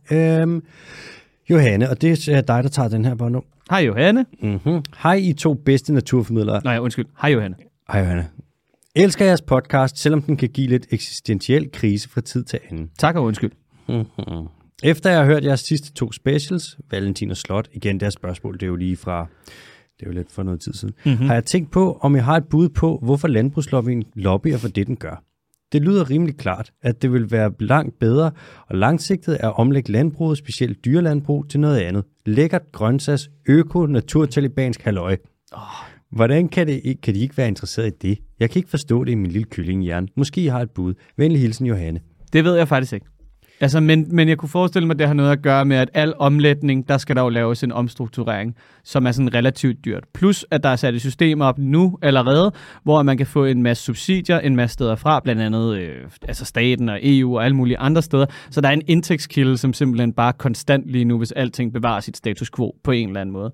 Johanne, og det er dig, der tager den her på nu. Hej Johanne. Hej I to bedste naturformidlere. Nej, undskyld. Hej Johanne. Hej Johanne. Elsker jeres podcast, selvom den kan give lidt eksistentiel krise fra tid til anden. Tak og undskyld. Efter jeg har hørt jeres sidste 2 specials, Valentin og Slot, igen deres spørgsmål, det er jo lige fra, det er jo lidt for noget tid siden, har jeg tænkt på, om jeg har et bud på, hvorfor landbrugslobbyen lobbyer for det, den gør. Det lyder rimelig klart, at det vil være langt bedre og langsigtet at omlægge landbruget, specielt dyrelandbrug, til noget andet. Lækkert, grøntsags, øko, naturtalibansk halløj. Hvordan kan de ikke være interesseret i det? Jeg kan ikke forstå det i min lille kyllinghjerne. Måske jeg har et bud. Venlig hilsen, Johanne. Det ved jeg faktisk ikke. Altså, men jeg kunne forestille mig, at det har noget at gøre med, at al omlægning, der skal der jo laves en omstrukturering, som er sådan relativt dyrt. Plus, at der er sat et system op nu allerede, hvor man kan få en masse subsidier en masse steder fra, blandt andet altså staten og EU og alle mulige andre steder. Så der er en indtægtskilde, som simpelthen bare konstant lige nu, hvis alting bevarer sit status quo på en eller anden måde.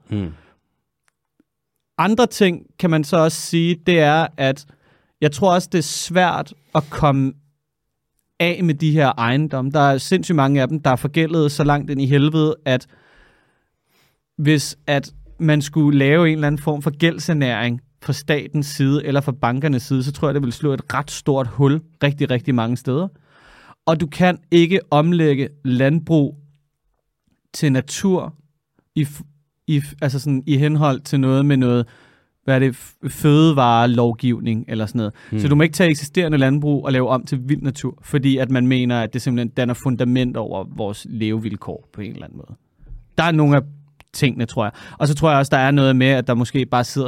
Andre ting, kan man så også sige, det er, at jeg tror også, det er svært at komme af med de her ejendomme. Der er sindssygt mange af dem, der er forgældet så langt ind i helvede, at hvis at man skulle lave en eller anden form for gældssanering fra statens side eller fra bankernes side, så tror jeg, det vil slå et ret stort hul rigtig, rigtig mange steder. Og du kan ikke omlægge landbrug til natur altså sådan i henhold til noget med noget, hvad er det, fødevarelovgivning eller sådan noget. Så du må ikke tage eksisterende landbrug og lave om til vild natur, fordi at man mener, at det simpelthen danner fundament over vores levevilkår på en eller anden måde. Der er nogle af tingene, tror jeg. Og så tror jeg også, der er noget med, at der måske bare sidder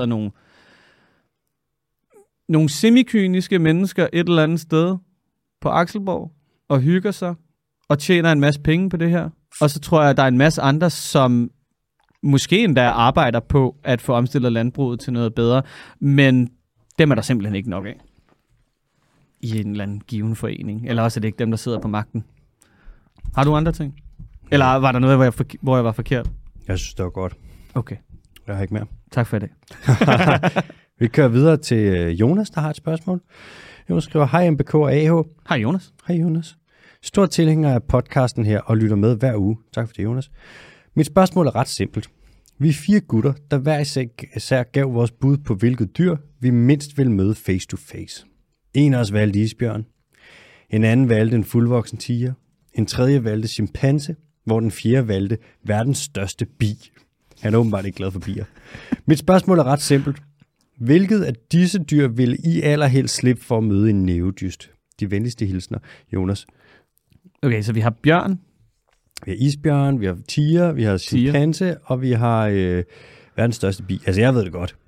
nogle semikyniske mennesker et eller andet sted på Akselborg og hygger sig og tjener en masse penge på det her. Og så tror jeg, at der er en masse andre, som måske endda arbejder på at få omstillet landbruget til noget bedre, men dem er der simpelthen ikke nok af i en eller anden given forening. Eller også er det ikke dem, der sidder på magten. Har du andre ting? Eller var der noget, hvor jeg var forkert? Jeg synes, det var godt. Okay. Jeg har ikke mere. Tak for det. Vi kører videre til Jonas, der har et spørgsmål. Jonas skriver, hej MBK og AH. Hej Jonas. Hej Jonas. Stor tilhænger af podcasten her og lytter med hver uge. Tak for det, Jonas. Mit spørgsmål er ret simpelt. Vi er 4 gutter, der hver især gav vores bud på, hvilket dyr vi mindst vil møde face to face. En af os valgte isbjørn. En anden valgte en fuldvoksen tiger. En tredje valgte chimpanse, hvor den fjerde valgte verdens største bi. Han er åbenbart ikke glad for bier. Mit spørgsmål er ret simpelt. Hvilket af disse dyr vil I allerhelst slippe for at møde en nævedyst? De venligste hilsner, Jonas. Okay, så vi har bjørn. Vi har isbjørn, vi har tiger, vi har chimpanse, og vi har verdens største bi. Altså, jeg ved det godt.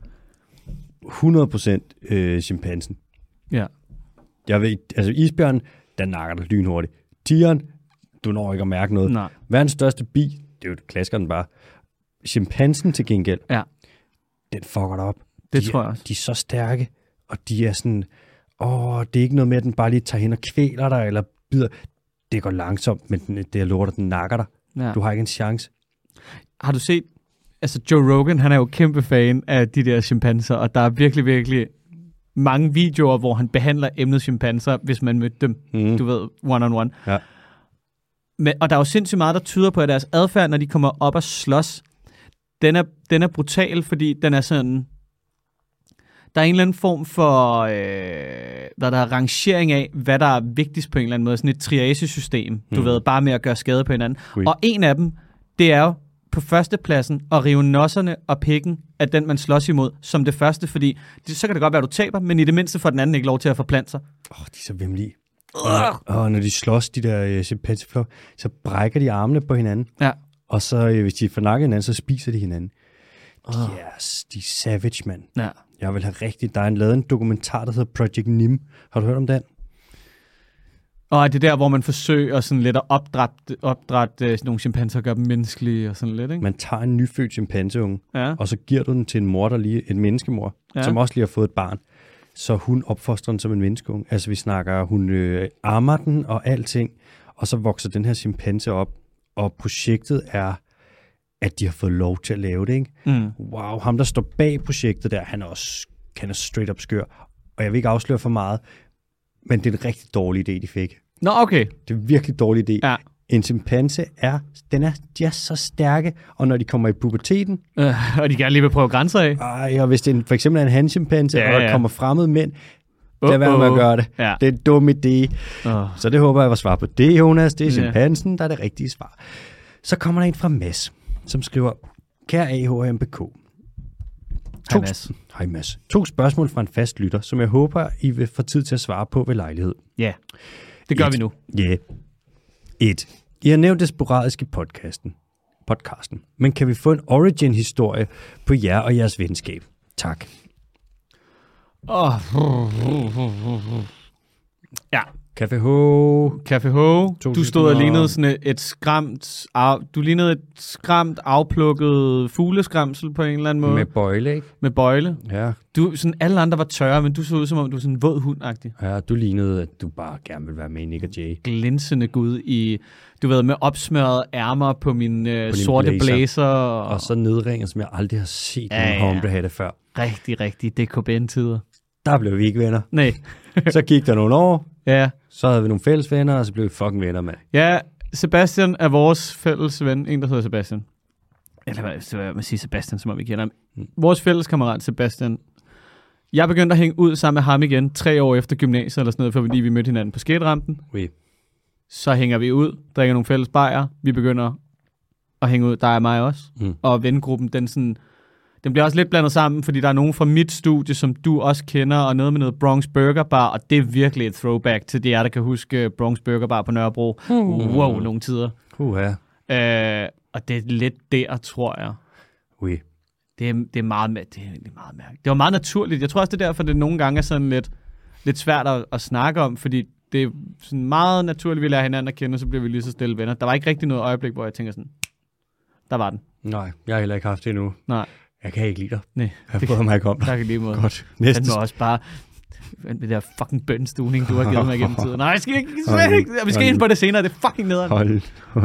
100% chimpansen. Ja. Jeg ved, altså isbjørn, der nakker dig lynhurtigt. Tigeren, du når ikke at mærke noget. Nej. Verdens største bi, det er jo klaskeren bare. Chimpansen til gengæld, Ja. den fucker dig op. Det tror jeg også. De er så stærke, og de er sådan, det er ikke noget med, at den bare lige tager hen og kvæler dig, eller bider. Det går langsomt, men det er lort, den nakker dig. Ja. Du har ikke en chance. Har du set, altså Joe Rogan, han er jo kæmpe fan af de der chimpanser, og der er virkelig, virkelig mange videoer, hvor han behandler emnet chimpanser, hvis man mødte dem, du ved, one-on-one. Ja. Men, og der er jo sindssygt meget, der tyder på, at deres adfærd, når de kommer op og slås, den er brutal, fordi den er sådan, der er en eller anden form for, hvad der er rangering af, hvad der er vigtigst på en eller anden måde, sådan et triagesystem, du ved, bare med at gøre skade på hinanden. Oui. Og en af dem, det er jo på førstepladsen at rive nosserne og pikken af den, man slås imod, som det første, fordi så kan det godt være, at du taber, men i det mindste får den anden ikke lov til at forplante sig. De er så vemmelige. Og når de slås, de der chimpanseflok, så brækker de armene på hinanden. Ja. Og så, hvis de får nakket hinanden, så spiser de hinanden. Yes, de er savage, mand. Ja. Jeg vil have rigtig... Der er lavet en dokumentar, der hedder Project Nim. Har du hørt om den? Og det er der, hvor man forsøger sådan lidt at opdrætte nogle chimpanser og gøre dem menneskelige og sådan lidt, ikke? Man tager en nyfødt chimpanseunge, Ja. og så giver du den til en mor, en menneskemor, som også lige har fået et barn. Så hun opfostrer den som en menneskeunge. Altså vi snakker, hun ammer den og alting, og så vokser den her chimpanse op. Og projektet er, at de har fået lov til at lave det, ikke? Wow, ham der står bag projektet der, han er straight up skør. Og jeg vil ikke afsløre for meget, men det er en rigtig dårlig idé, de fik. Nå, okay. Det er en virkelig dårlig idé. Ja. En chimpanse de er så stærke, og når de kommer i puberteten... Og de gerne lige vil prøve grænser af. Og hvis det for eksempel er en hanchimpanse, og der kommer fremmede mænd, lad være med at gøre det. Ja. Det er en dum idé. Så det håber jeg var svar på det, Jonas. Det er chimpansen, der er det rigtige svar. Så kommer der en fra Mads, som skriver, kære AHMBK. Hej Mads. Hej Mads. 2 spørgsmål fra en fast lytter, som jeg håber, I vil få tid til at svare på ved lejlighed. Ja, det gør vi nu. Ja. 1. I har nævnt det sporadiske podcasten. Men kan vi få en origin-historie på jer og jeres venskab? Tak. Ja. Café Ho. Café Ho. Du stod og lignede sådan et skræmt, afplukket fugleskramsel på en eller anden måde. Med bøjle, ikke? Med bøjle. Ja. Du, sådan alle andre var tørre, men du så ud som om, du var sådan en våd hund-agtig. Ja, du lignede, at du bare gerne ville være med i Nick og Jay. Glinsende gud i, du ved, med opsmørrede ærmer på min sorte blazer. Og så nedringet, som jeg aldrig har set nogen hombre have det før. Rigtig DKBN-tider. Der blev vi ikke venner. Nej. Så gik der nogle år. Ja. Så havde vi nogle fælles venner, og så blev vi fucking venner, mand. Ja, Sebastian er vores fælles ven. En, der hedder Sebastian. Eller hvad man siger Sebastian, som om vi kender ham. Vores fælles kammerat Sebastian. Jeg begyndte at hænge ud sammen med ham igen 3 år efter gymnasiet eller sådan noget, fordi vi mødte hinanden på skaterampen. Oui. Så hænger vi ud, drikker nogle fælles bajer. Vi begynder at hænge ud, der er mig også. Og vennegruppen, den bliver også lidt blandet sammen, fordi der er nogen fra mit studie, som du også kender, og noget med noget Bronx Burger Bar, og det er virkelig et throwback til de der kan huske Bronx Burger Bar på Nørrebro. Wow, nogle tider. Ja. Og det er lidt der, tror jeg. Oui. Det er meget mærkeligt. Det var meget naturligt. Jeg tror også, det er derfor, det nogle gange er sådan lidt svært at snakke om, fordi det er sådan meget naturligt, vi lærer hinanden at kende, og så bliver vi lige så stille venner. Der var ikke rigtig noget øjeblik, hvor jeg tænker sådan, der var den. Nej, jeg har heller ikke haft det endnu. Nej. Jeg kan ikke lide dig. Nej. Jeg bryder mig ikke om dig. Tak i lige måde. Godt. Næste. Han var også bare det der fucking bønstuning, du har givet mig igennem tiden. Nej, vi skal ind på det senere. Det er fucking nederen. Hold.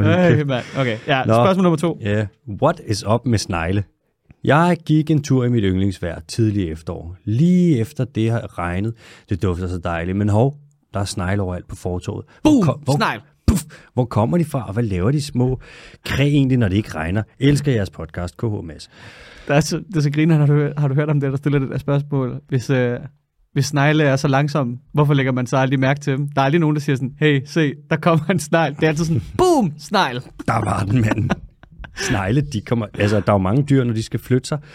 Okay, ja. Spørgsmål nummer 2. Ja. Yeah. What is up med snegle? Jeg gik en tur i mit yndlingsvejr tidlig efterår. Lige efter det har regnet. Det dufter så dejligt. Men der er snegle overalt på fortovet. Snegl! Hvor kommer de fra, og hvad laver de små kræ egentlig, når det ikke regner? Elsker jeres podcast, KH Mads. Det er så griner, har du hørt om det, der stiller det der spørgsmål? Hvis snegle er så langsomme, hvorfor lægger man så aldrig mærke til dem? Der er aldrig nogen, der siger sådan, hey, se, der kommer en snegl. Det er altid sådan, boom, snegl. Der var den, mand. Snegle, de kommer, altså der er jo mange dyr, når de skal flytte sig.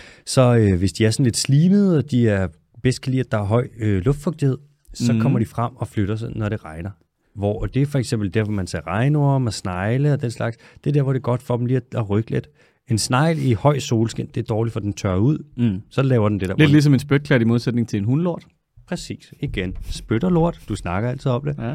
Så hvis de er sådan lidt slimede, og de er bedst kan lide, at der er høj luftfugtighed, så kommer de frem og flytter sig, når det regner. Og det er for eksempel der, hvor man ser regnorm og snegle og den slags. Det er der, hvor det er godt for dem lige at rykke lidt. En snegl i høj solskin, det er dårligt, for den tør ud. Så laver den det der. Lidt ligesom en spytklat i modsætning til en hundlort. Præcis. Igen. Spyt og lort. Du snakker altid om det. Ja.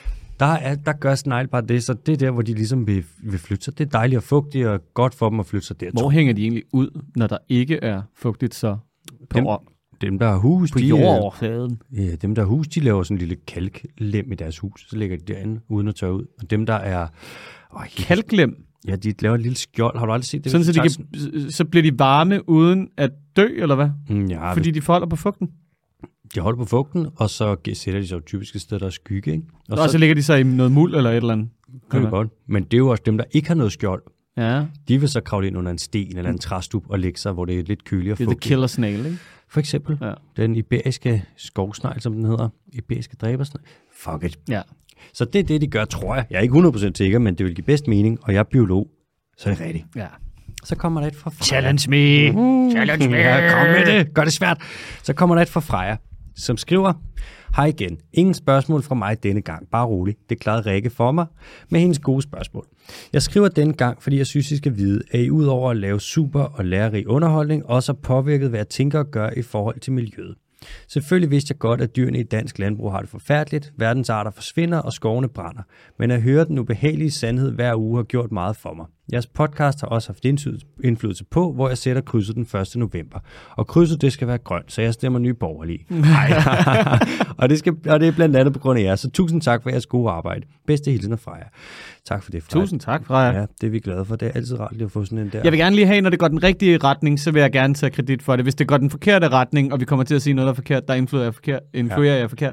Der gør snegl bare det, så det er der, hvor de ligesom vil flytte sig. Det er dejligt og fugtigt og godt for dem at flytte sig der. Hvor hænger de egentlig ud, når der ikke er fugtigt så dem, der har hus, på jordoverfladen? Ja, dem, der har hus, de laver sådan en lille kalklem i deres hus. Så ligger de derinde, uden at tørre ud. Og dem, der er... Kalklem? Ja, de laver et lille skjold. Har du aldrig set det? Sådan, så bliver de varme uden at dø, eller hvad? Ja, fordi de holder på fugten? De holder på fugten, og så sætter de sig jo typisk et sted, der er skygge, ikke? Og så ligger de sig i noget muld eller et eller andet? Det er godt. Men det er jo også dem, der ikke har noget skjold. Ja. De vil så kravle ind under en sten eller en træstup og lægge sig, hvor det er lidt køligere og fugtigt. Det er the killer snail, ikke? For eksempel. Ja. Den iberiske skovsnegl, som den hedder. Iberiske dræbersnegl. Fuck it. Ja. Så det er det, de gør, tror jeg. Jeg er ikke 100% sikker, men det vil give bedst mening, og jeg er biolog, så er det rigtigt. Ja. Så kommer der et fra Freja. Challenge me! Challenge me! Ja, kom med det! Gør det svært. Så kommer der et fra Freja, som skriver, hej igen. Ingen spørgsmål fra mig denne gang. Bare rolig. Det klarede Rikke for mig med hendes gode spørgsmål. Jeg skriver denne gang, fordi jeg synes, I skal vide, at I udover at lave super og lærerig underholdning, også har påvirket, hvad jeg tænker at gøre i forhold til miljøet. Selvfølgelig vidste jeg godt, at dyrene i dansk landbrug har det forfærdeligt, verdensarter forsvinder og skovene brænder. Men at høre den ubehagelige sandhed hver uge har gjort meget for mig. Jeres podcast har også haft indflydelse på, hvor jeg sætter krydset den 1. november. Og krydset, det skal være grønt, så jeg stemmer Nye Borgerlige. og det er blandt andet på grund af jer. Så tusind tak for jeres gode arbejde. Bedste hilsen fra jer. Tak for det, Freja. Tusind tak, Freja. Ja, det er vi glade for. Det er altid rart lige at få sådan en der. Jeg vil gerne lige have, når det går den rigtige retning, så vil jeg gerne tage kredit for det. Hvis det går den forkerte retning, og vi kommer til at sige noget, der er forkert, der influerer jeg forkert,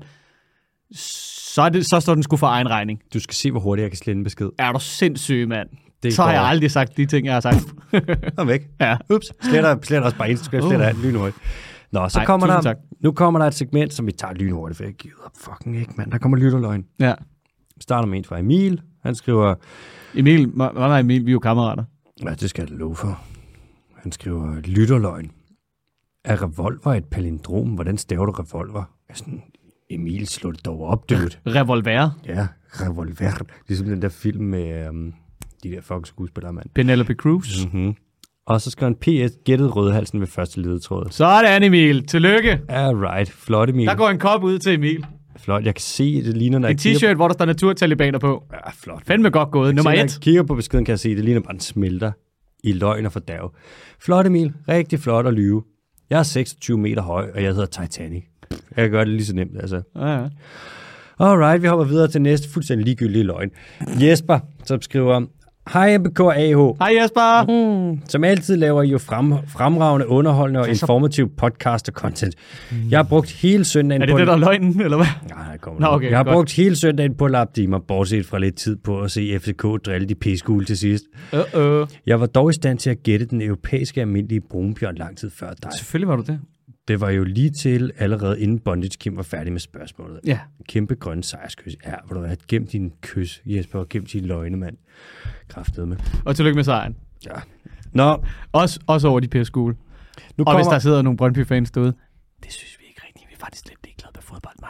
så står den sgu for egen regning. Du skal se, hvor hurtigt jeg kan slette en besked. Er du sindssyg, mand? Så har jeg aldrig sagt de ting, jeg har sagt. Og væk. Ja. Ups. Sletter også bare Instagram. Sletter alt lynhurtigt. Nå, så kommer der... Nu kommer der et segment, som vi tager lynhurtigt, for jeg gider fucking ikke, mand. Der kommer lytterløgn. Ja. Vi starter med en fra Emil. Han skriver... Emil? Hvad er Emil? Vi er jo kammerater. Ja, det skal jeg love for. Han skriver, lytterløgn. Er revolver et palindrom? Hvordan staver du revolver? Sådan, Emil, slå det dog op, dude. Revolver? Ja, revolver. Ligesom den der film med de der fucking skuespillere, mand. Penelope Cruz. Mm-hmm. Og så skal han PS gættet rødhalsen ved første ledetråd. Sådan, Emil. Tillykke. Alright. Flot, Emil. Der går en kop ud til Emil. Flot. Jeg kan se, det ligner... Når en t-shirt, hvor der står naturtalibaner på. Ja, flot. Fandme godt gået. Nummer 1. Når jeg kigger på beskeden, kan jeg se, det ligner bare en smelter i løgn og fordav. Flot, Emil. Rigtig flot at lyve. Jeg er 26 meter høj, og jeg hedder Titanic. Jeg kan gøre det lige så nemt, altså. Ja. Alright, vi hopper videre til næste fuldstændig ligegyldige løgn. Jesper, som skriver... Hej MBK AH. Hej Jesper. Som altid laver I jo fremragende, underholdende og informativ podcast og content. Jeg har brugt hele søndagen på... Er det der er løgnen, eller hvad? Nej, okay, jeg har brugt hele søndagen på laptimer, bortset fra lidt tid på at se FCK drille de p-skole til sidst. Jeg var dog i stand til at gætte den europæiske almindelige brunbjørn lang tid før dig. Selvfølgelig var du det. Det var jo lige til allerede inden Bondage Kim var færdig med spørgsmålet. Ja. Kæmpe grønne sejrskys. Ja, hvor du har gemt din kys, Jesper, og gemt dine løgne, mand. Kraftede med. Og tillykke med sejren. Ja. Nå. Også over de PS-skole. Og hvis der sidder nogle Brøndby-fans derude, det synes vi ikke rigtigt. Vi er faktisk lidt ligeglade med fodbold, mig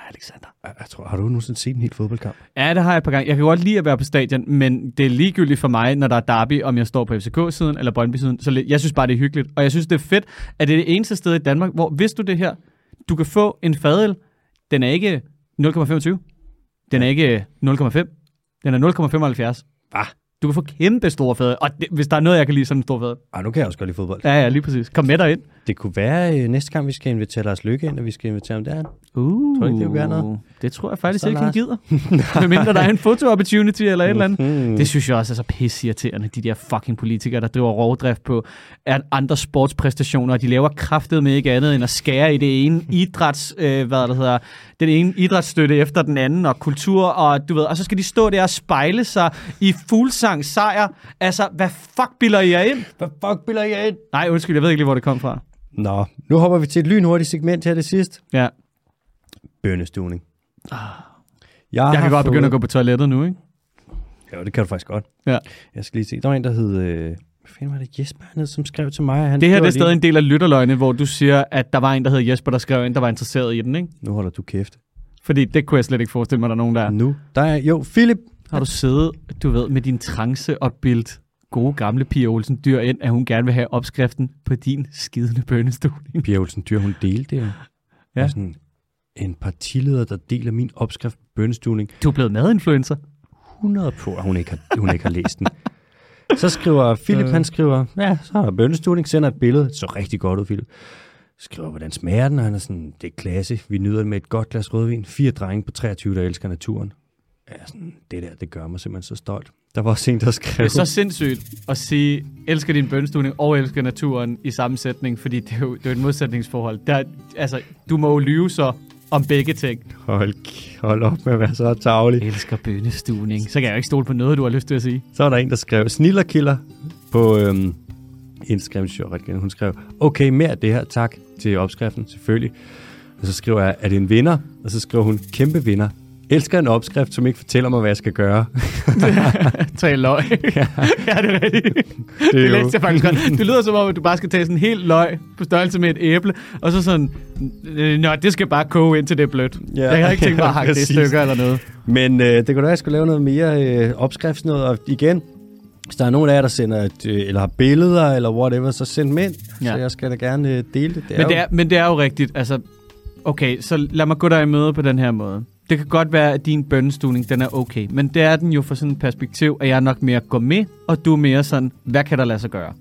Alexander. Jeg tror, har du nogensinde set en helt fodboldkamp? Ja, det har jeg et par gange. Jeg kan godt lide at være på stadion, men det er ligegyldigt for mig, når der er derby, om jeg står på FCK-siden eller Brøndby-siden. Så jeg synes bare, det er hyggeligt. Og jeg synes, det er fedt, at det er det eneste sted i Danmark, hvor hvis du det her, du kan få en fadøl. Den er ikke 0,25. Den er ikke 0,5. Den er 0,75. Hvad? Du kan få kæmpe store fadøl. Og hvis der er noget, jeg kan lide, sådan en stor fadøl. Nu kan jeg også godt lide fodbold. Ja, lige præcis. Kom med dig ind. Det kunne være næste gang, vi skal invitere Lars Løkke ind, og vi skal invitere ham derhen. Tror du ikke, det vil være noget? Det tror jeg faktisk ikke, han gider. Medmindre der er en foto-opportunity eller et eller andet. Det synes jeg også er så pisseirriterende, de der fucking politikere, der driver rovdrift på andre sportspræstationer, og de laver kraftet med ikke andet end at skære i det ene den ene idrætsstøtte efter den anden, og kultur, og du ved, og så skal de stå der og spejle sig i fuglsang sejr. Altså, hvad fuck bilder I jer ind? Nej, undskyld, jeg ved ikke lige, hvor det kom fra. Nå, nu hopper vi til et lynhurtigt segment her det sidste. Ja. Bønnestuvning. Jeg kan godt begynde at gå på toilettet nu, ikke? Ja, det kan du faktisk godt. Ja. Jeg skal lige se. Der var en, der hed... hvad fanden var det? Jesper, som skrev til mig. Det her det er stadig en del af lytterløgne, hvor du siger, at der var en, der hed Jesper, der skrev ind, der var interesseret i den, ikke? Nu holder du kæft. Fordi det kunne jeg slet ikke forestille mig, der er nogen, der er. Nu? Der er... Jo, Philip. Har du siddet, du ved, med din trance og bildt gode gamle Pia Olsen Dyr ind, at hun gerne vil have opskriften på din skidende bønnestuvning? Pia Olsen Dyr, hun delte det. Ja. Sådan en partileder, der deler min opskrift på bønnestuvning. Du er blevet madinfluencer. 100 på, at hun ikke har læst den. Så skriver Philip, han skriver, ja, så er der bønnestuvning, sender et billede. Det så rigtig godt ud, Philip. Skriver, hvordan smager den, og han er sådan, det er klasse. Vi nyder det med et godt glas rødvin. 4 drenge på 23, der elsker naturen. Ja, sådan, det gør mig simpelthen så stolt. Der var også en, der skrev... Det er så sindssygt at sige, elsker din bønnestuvning og elsker naturen i samme sætning, fordi det er jo et modsætningsforhold. Altså, du må jo lyve så om begge ting. Hold op med at være så tarvelig. Elsker bønnestuvning. Så kan jeg jo ikke stole på noget, du har lyst til at sige. Så var der en, der skrev snillerkilder på Instagram. Hun skrev, okay, mere af det her, tak til opskriften, selvfølgelig. Og så skriver jeg, er det en vinder? Og så skriver hun, kæmpe vinder. Elsker en opskrift, som ikke fortæller mig, hvad jeg skal gøre. 3 løg. Ja, det er rigtigt. Det læste jeg faktisk godt. Det lyder som om, at du bare skal tage sådan en hel løg på størrelse med et æble, og så sådan, nå, det skal bare koge ind til det er blødt. Ja, jeg har ikke tænkt mig at hakke det i stykker eller noget. Men det kunne da, jeg skulle lave noget mere opskriftsnød, og igen, hvis der er nogen af jer, der sender eller har billeder, eller whatever, så send dem ind. Ja. Så jeg skal da gerne dele det. Men det er jo rigtigt. Altså, okay, så lad mig gå dig i møde på den her måde. Det kan godt være, at din bønnestuvning, den er okay. Men det er den jo fra sådan et perspektiv, at jeg er nok mere gå med, og du er mere sådan, hvad kan der lade sig gøre?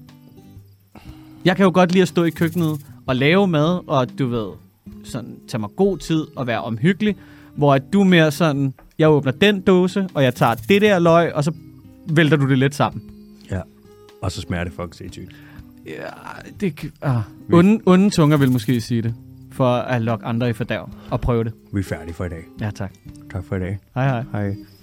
Jeg kan jo godt lide at stå i køkkenet og lave mad, og du ved, sådan, tage mig god tid og være omhyggelig, hvor at du er mere sådan, jeg åbner den dåse, og jeg tager det der løg, og så vælter du det lidt sammen. Ja, og så smager det fucking sindssygt. Ja, det onde tunger vil måske sige det, for at lokke andre i fordærv og prøve det. Vi er færdige for i dag. Ja, tak. Tak for i dag. Hej hej. Hej.